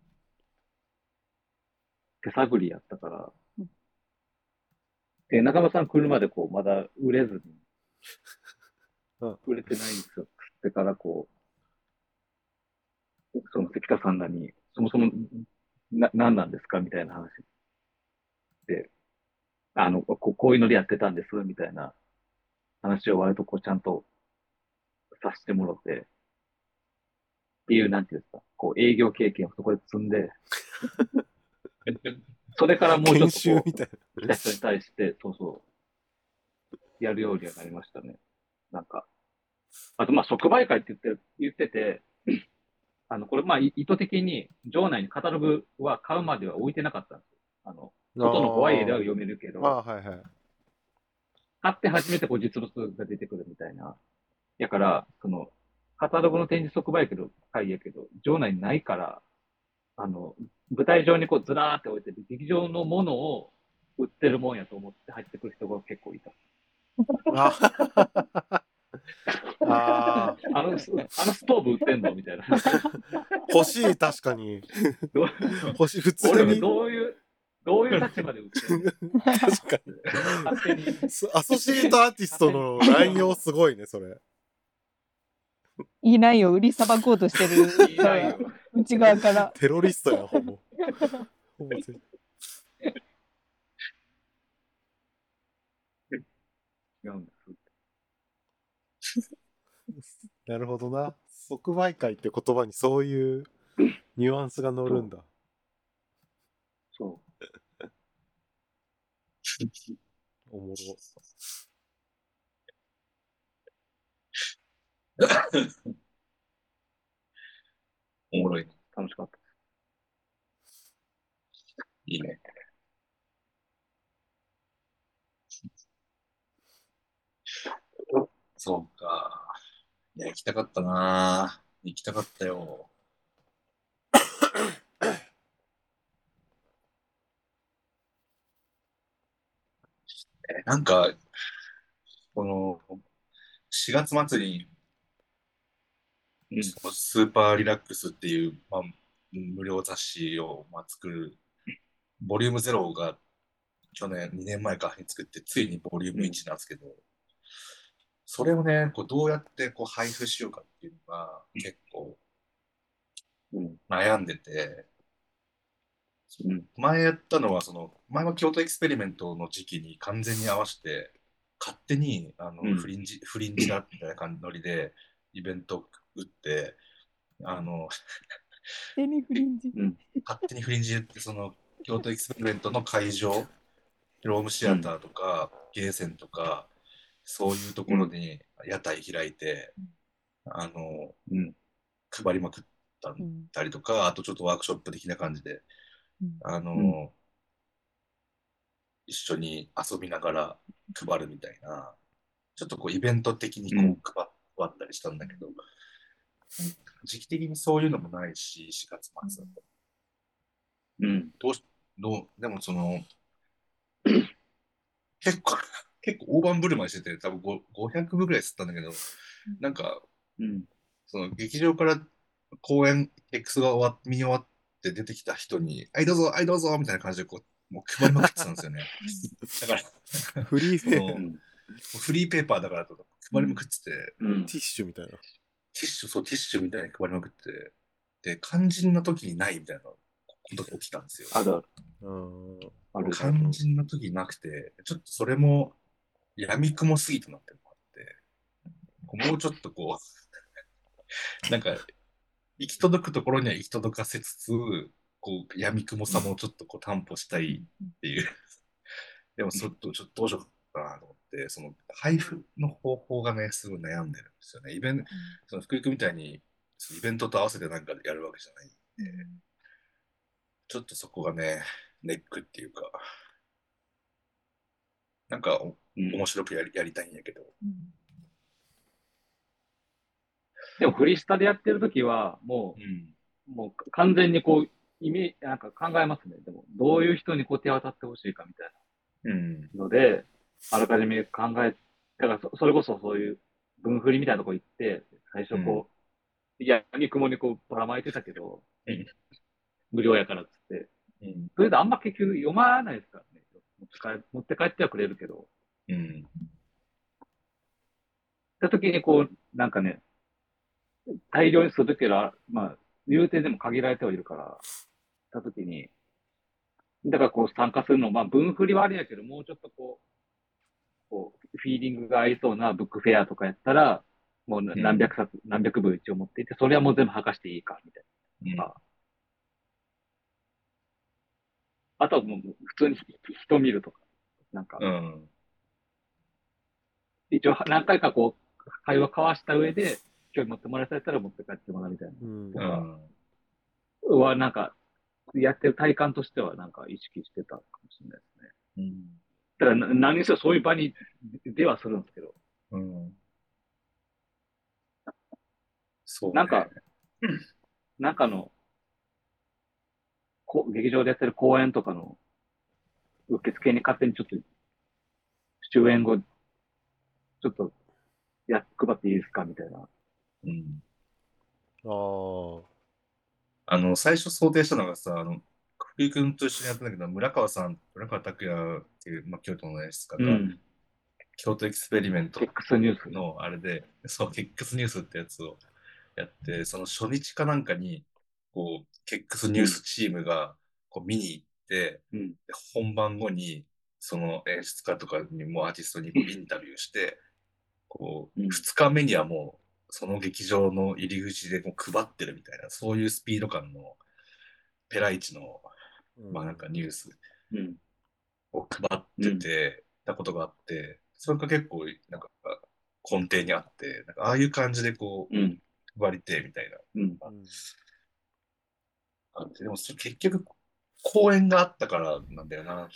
Speaker 1: 手探りやったから、で、中間さん来るまでこう、まだ売れずに、売れてないんですよ。ってからこう、その関田さんらに、そもそも何なんですかみたいな話で、こういうのでやってたんです、みたいな話を割とこう、ちゃんとさせてもらって、っていう、なんていうんですか、こう、営業経験をそこで積んで、それからもうちょっとこう、来た人に対して、やるようにはなりましたね。なんか。あと、即売会って言ってて、これ、意図的に、場内にカタログは買うまでは置いてなかったんですよ。外のホワイエでは読めるけど、買って初めてこう実物が出てくるみたいな。だから、カタログの展示即売会やけど、場内にないから、舞台上にこうずらーって置いてる劇場のものを売ってるもんやと思って入ってくる人が結構いた。あのストーブ売ってんのみたいな。
Speaker 2: 欲しい、確かに。欲しい、普通に。
Speaker 1: 俺どういう立場で売ってんの
Speaker 2: 確かに。
Speaker 1: 勝手に。
Speaker 2: アソシエイトアーティストの乱用すごいね、それ。
Speaker 4: いないよ、売りさばこうとしてる。
Speaker 1: いないよ。
Speaker 4: 内側から。
Speaker 2: テロリストや、ほぼ。
Speaker 1: 違うんです。
Speaker 2: なるほどな。即売会って言葉にそういうニュアンスが乗るんだ。
Speaker 1: そう。
Speaker 2: おもろ。
Speaker 3: おもろい。
Speaker 1: 楽しかったです。
Speaker 3: いいね。そうか。いや、行きたかったな。行きたかったよ。なんか、この、4月末に、スーパーリラックスっていう、無料雑誌を、作る、ボリューム0が去年、2年前かに作って、ついにボリューム1なんですけど、それをね、どうやって配布しようかっていうのが結構悩んでて、 前やったのは、前は京都エクスペリメントの時期に完全に合わせて、勝手にフリンジだみたいな感じノリでイベント打って、あの、
Speaker 4: 手にフリンジ。
Speaker 3: 勝手にフリンジって京都エクスペリメントの会場、ロームシアターとか、ゲーセンとか、そういうところに屋台開いて、配りまくったりとか、あとちょっとワークショップ的な感じで、一緒に遊びながら配るみたいな、ちょっとイベント的に配ったりしたんだけど、時期的にそういうのもないし、4月末だと。でも結構大盤振る舞いしてて、多分500部ぐらい吸ったんだけど、なんか、劇場から公演、X が見終わって出てきた人に、はいどうぞ、はいどうぞ、みたいな感じでもう配りまくってたんですよね。だから
Speaker 2: フリーペ
Speaker 3: ーパーだからと配りまくってて、
Speaker 2: ティッシュみたいな。
Speaker 3: ティッシュみたいに配りまくってて、で、肝心な時にないみたいなことが起きたんですよ。肝心な時なくて、ちょっとそれも闇雲すぎてなってるのがあって、もうちょっとなんか、行き届くところには行き届かせつつ、闇雲さもちょっと担保したいっていう。でも、ちょっとどうしようかなと思って、配布の方法がね、すごい悩んでるんですよね。福井君みたいに、イベントと合わせてなんかやるわけじゃないんで、ちょっとそこがね、ネックっていうか、なんか面白くやりたいんやけど。
Speaker 1: でもフリスタでやってるときは、もう完全になんか考えますね。でも、どういう人に手渡ってほしいかみたいなので、あらかじめ考え、だからそれこそそういう分振りみたいなとこ行って、最初闇雲にばらまいてたけど、無料やからっつって、それであんま結局読まないですからね。持って帰ってはくれるけど。った時になんかね、大量にするときは、まあ、言うてでも限られてはいるから、したときに、だから参加するの、まあ、分振りはあれやけど、もうちょっとフィーリングが合いそうなブックフェアとかやったら、もう何百冊、何百部一応持っていて、それはもう全部剥がしていいか、みたいな。あとはもう普通に人見るとか、なんか、一応何回か会話交わした上で、興味持ってもらえたら持って帰ってもらうみたいな。とかは、なんか、やってる体感としては、なんか意識してたかもしれないですね。だから何にせよそういう場にではするんですけど。
Speaker 3: そう、
Speaker 1: なんか劇場でやってる公演とかの受付に勝手にちょっと、終演後、ちょっと、配っていいですかみたいな。
Speaker 3: 最初想定したのがさ、福井君と一緒にやったんだけど、村川拓也っていう、京都の演出家が、京都エクスペリメントのあれで、ケックスニュースってやつをやって、その初日かなんかに、ケックスニュースチームが見に行って、本番後に、その演出家とかにもアーティストにインタビューして、2日目にはもう、その劇場の入り口で配ってるみたいな、そういうスピード感のペライチの、なんかニュースを配ってて、たことがあって、それが結構、なんか根底にあって、なんかああいう感じで配りてみたいな。でもそれ結局、公演があったからなんだよな、って、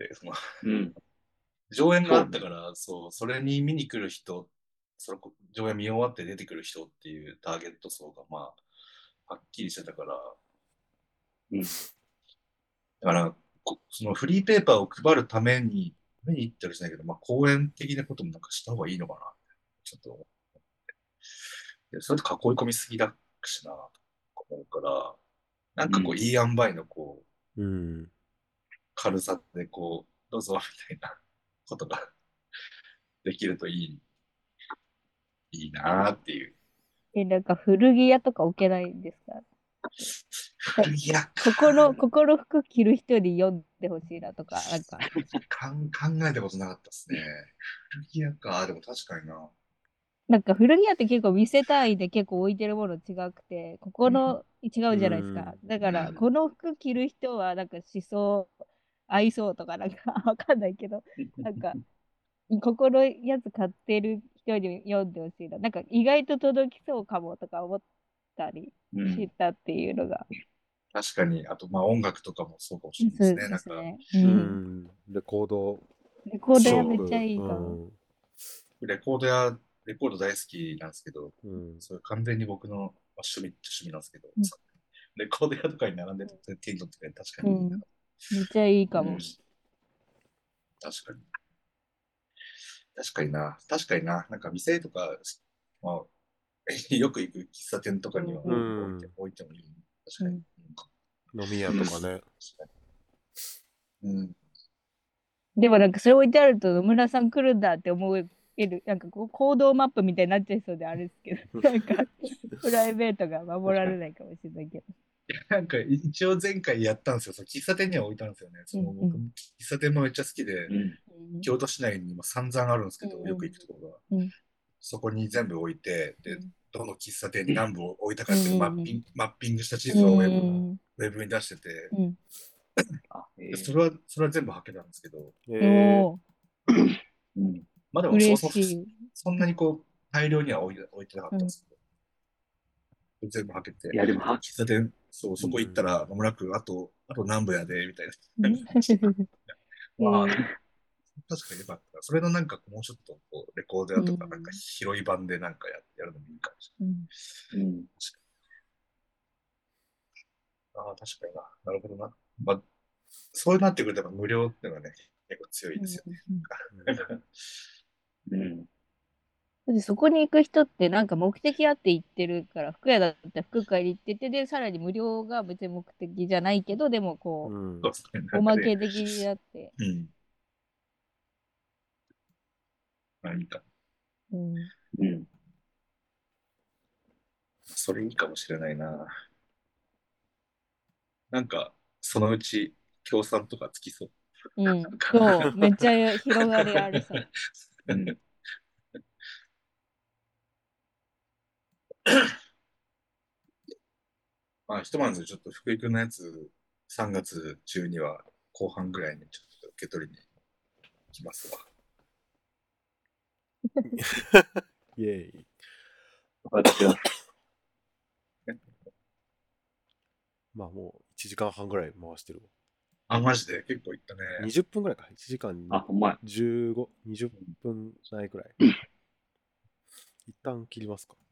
Speaker 3: 上演があったから、それに見に来る人、上演見終わって出てくる人っていうターゲット層が、はっきりしてたから、だから、そのフリーペーパーを配るために行ったりしないけど、講演的なこともなんかした方がいいのかな、ちょっと思って。それと囲い込みすぎだしな、と思うから、なんかいい塩梅の軽さでどうぞ、みたいなことができるといいなっていう。
Speaker 4: なんか古着屋とか置けないんですか？
Speaker 3: 古着屋か。
Speaker 4: 心服着る人に読んでほしいなとか、なんか、
Speaker 3: 考えたことなかったですね。古着屋か。でも確かにな。
Speaker 4: なんか古着屋って結構店単位で結構置いてるもの違くて、違うじゃないですか。だから、この服着る人はなんか思想、合いそうとか、なんかわかんないけど、なんか、心やつ買ってる人に読んでほしいな。なんか意外と届きそうかもとか思ったりしたっていうのが。
Speaker 3: 確かに。あと、まあ音楽とかもそうかもしれない
Speaker 4: そう
Speaker 3: ですね。なんか、
Speaker 4: ですね。
Speaker 2: レコード
Speaker 4: レコード
Speaker 2: ショッ
Speaker 4: 屋めっちゃ
Speaker 2: プ。
Speaker 4: いいかも。
Speaker 3: レコード大好きなんですけど、それ完全に僕の趣味っちゃ趣味なんですけど、レコード屋とかに並んでて手に取ってね、確かにいいな。
Speaker 4: めっちゃいいかも。
Speaker 3: 確かに。確かにな。確かにな。なんか店とか、まあ、よく行く喫茶店とかには置いてもいい。確かに。
Speaker 2: 飲み屋とかね。
Speaker 3: 確かに。
Speaker 4: でもなんかそれ置いてあると野村さん来るんだって思える、なんかこう行動マップみたいになっちゃいそうであれですけど、なんかプライベートが守られないかもしれないけど。
Speaker 3: なんか一応前回やったんですよ。その喫茶店には置いたんですよね。僕、喫茶店もめっちゃ好きで、京都市内にも散々あるんですけど、よく行くところが。そこに全部置いて、で、どの喫茶店に何部置いたかっていうマッピングした地図をウェブに出してて、それは全部はけたんですけど、まあでもそんなにこう大量には置いてなかったんですけど、全部はけて、
Speaker 1: いやでも
Speaker 3: 喫茶店、そこ行ったら、まもなくあと何部やで、みたいな。まあ、確かによかった。それのなんかもうちょっとこうレコード屋とかなんか広い版でなんかやるのもいいかもしれない。確かにな。なるほどな。まあ、そうなってくるとやっぱ無料っていうのはね、結構強いですよね。
Speaker 4: でそこに行く人ってなんか目的あって行ってるから、服屋だったら服買いに行ってて、で、さらに無料が別に目的じゃないけど、でもこう、おまけ的になって。
Speaker 3: 何か。それいいかもしれないな。なんか、そのうち協賛とかつきそう。
Speaker 4: そう、めっちゃ広がりありそう。
Speaker 3: まあ、ひとまずちょっと福井くんのやつ、3月中には後半ぐらいにちょっと受け取りに来ますわ。
Speaker 2: イェイ。
Speaker 1: 私は。
Speaker 2: まあもう1時間半ぐらい回してる
Speaker 3: わ。マジで結構いったね。
Speaker 2: 20分ぐらいか。1時間に15、20分ないぐらい。一旦切りますか。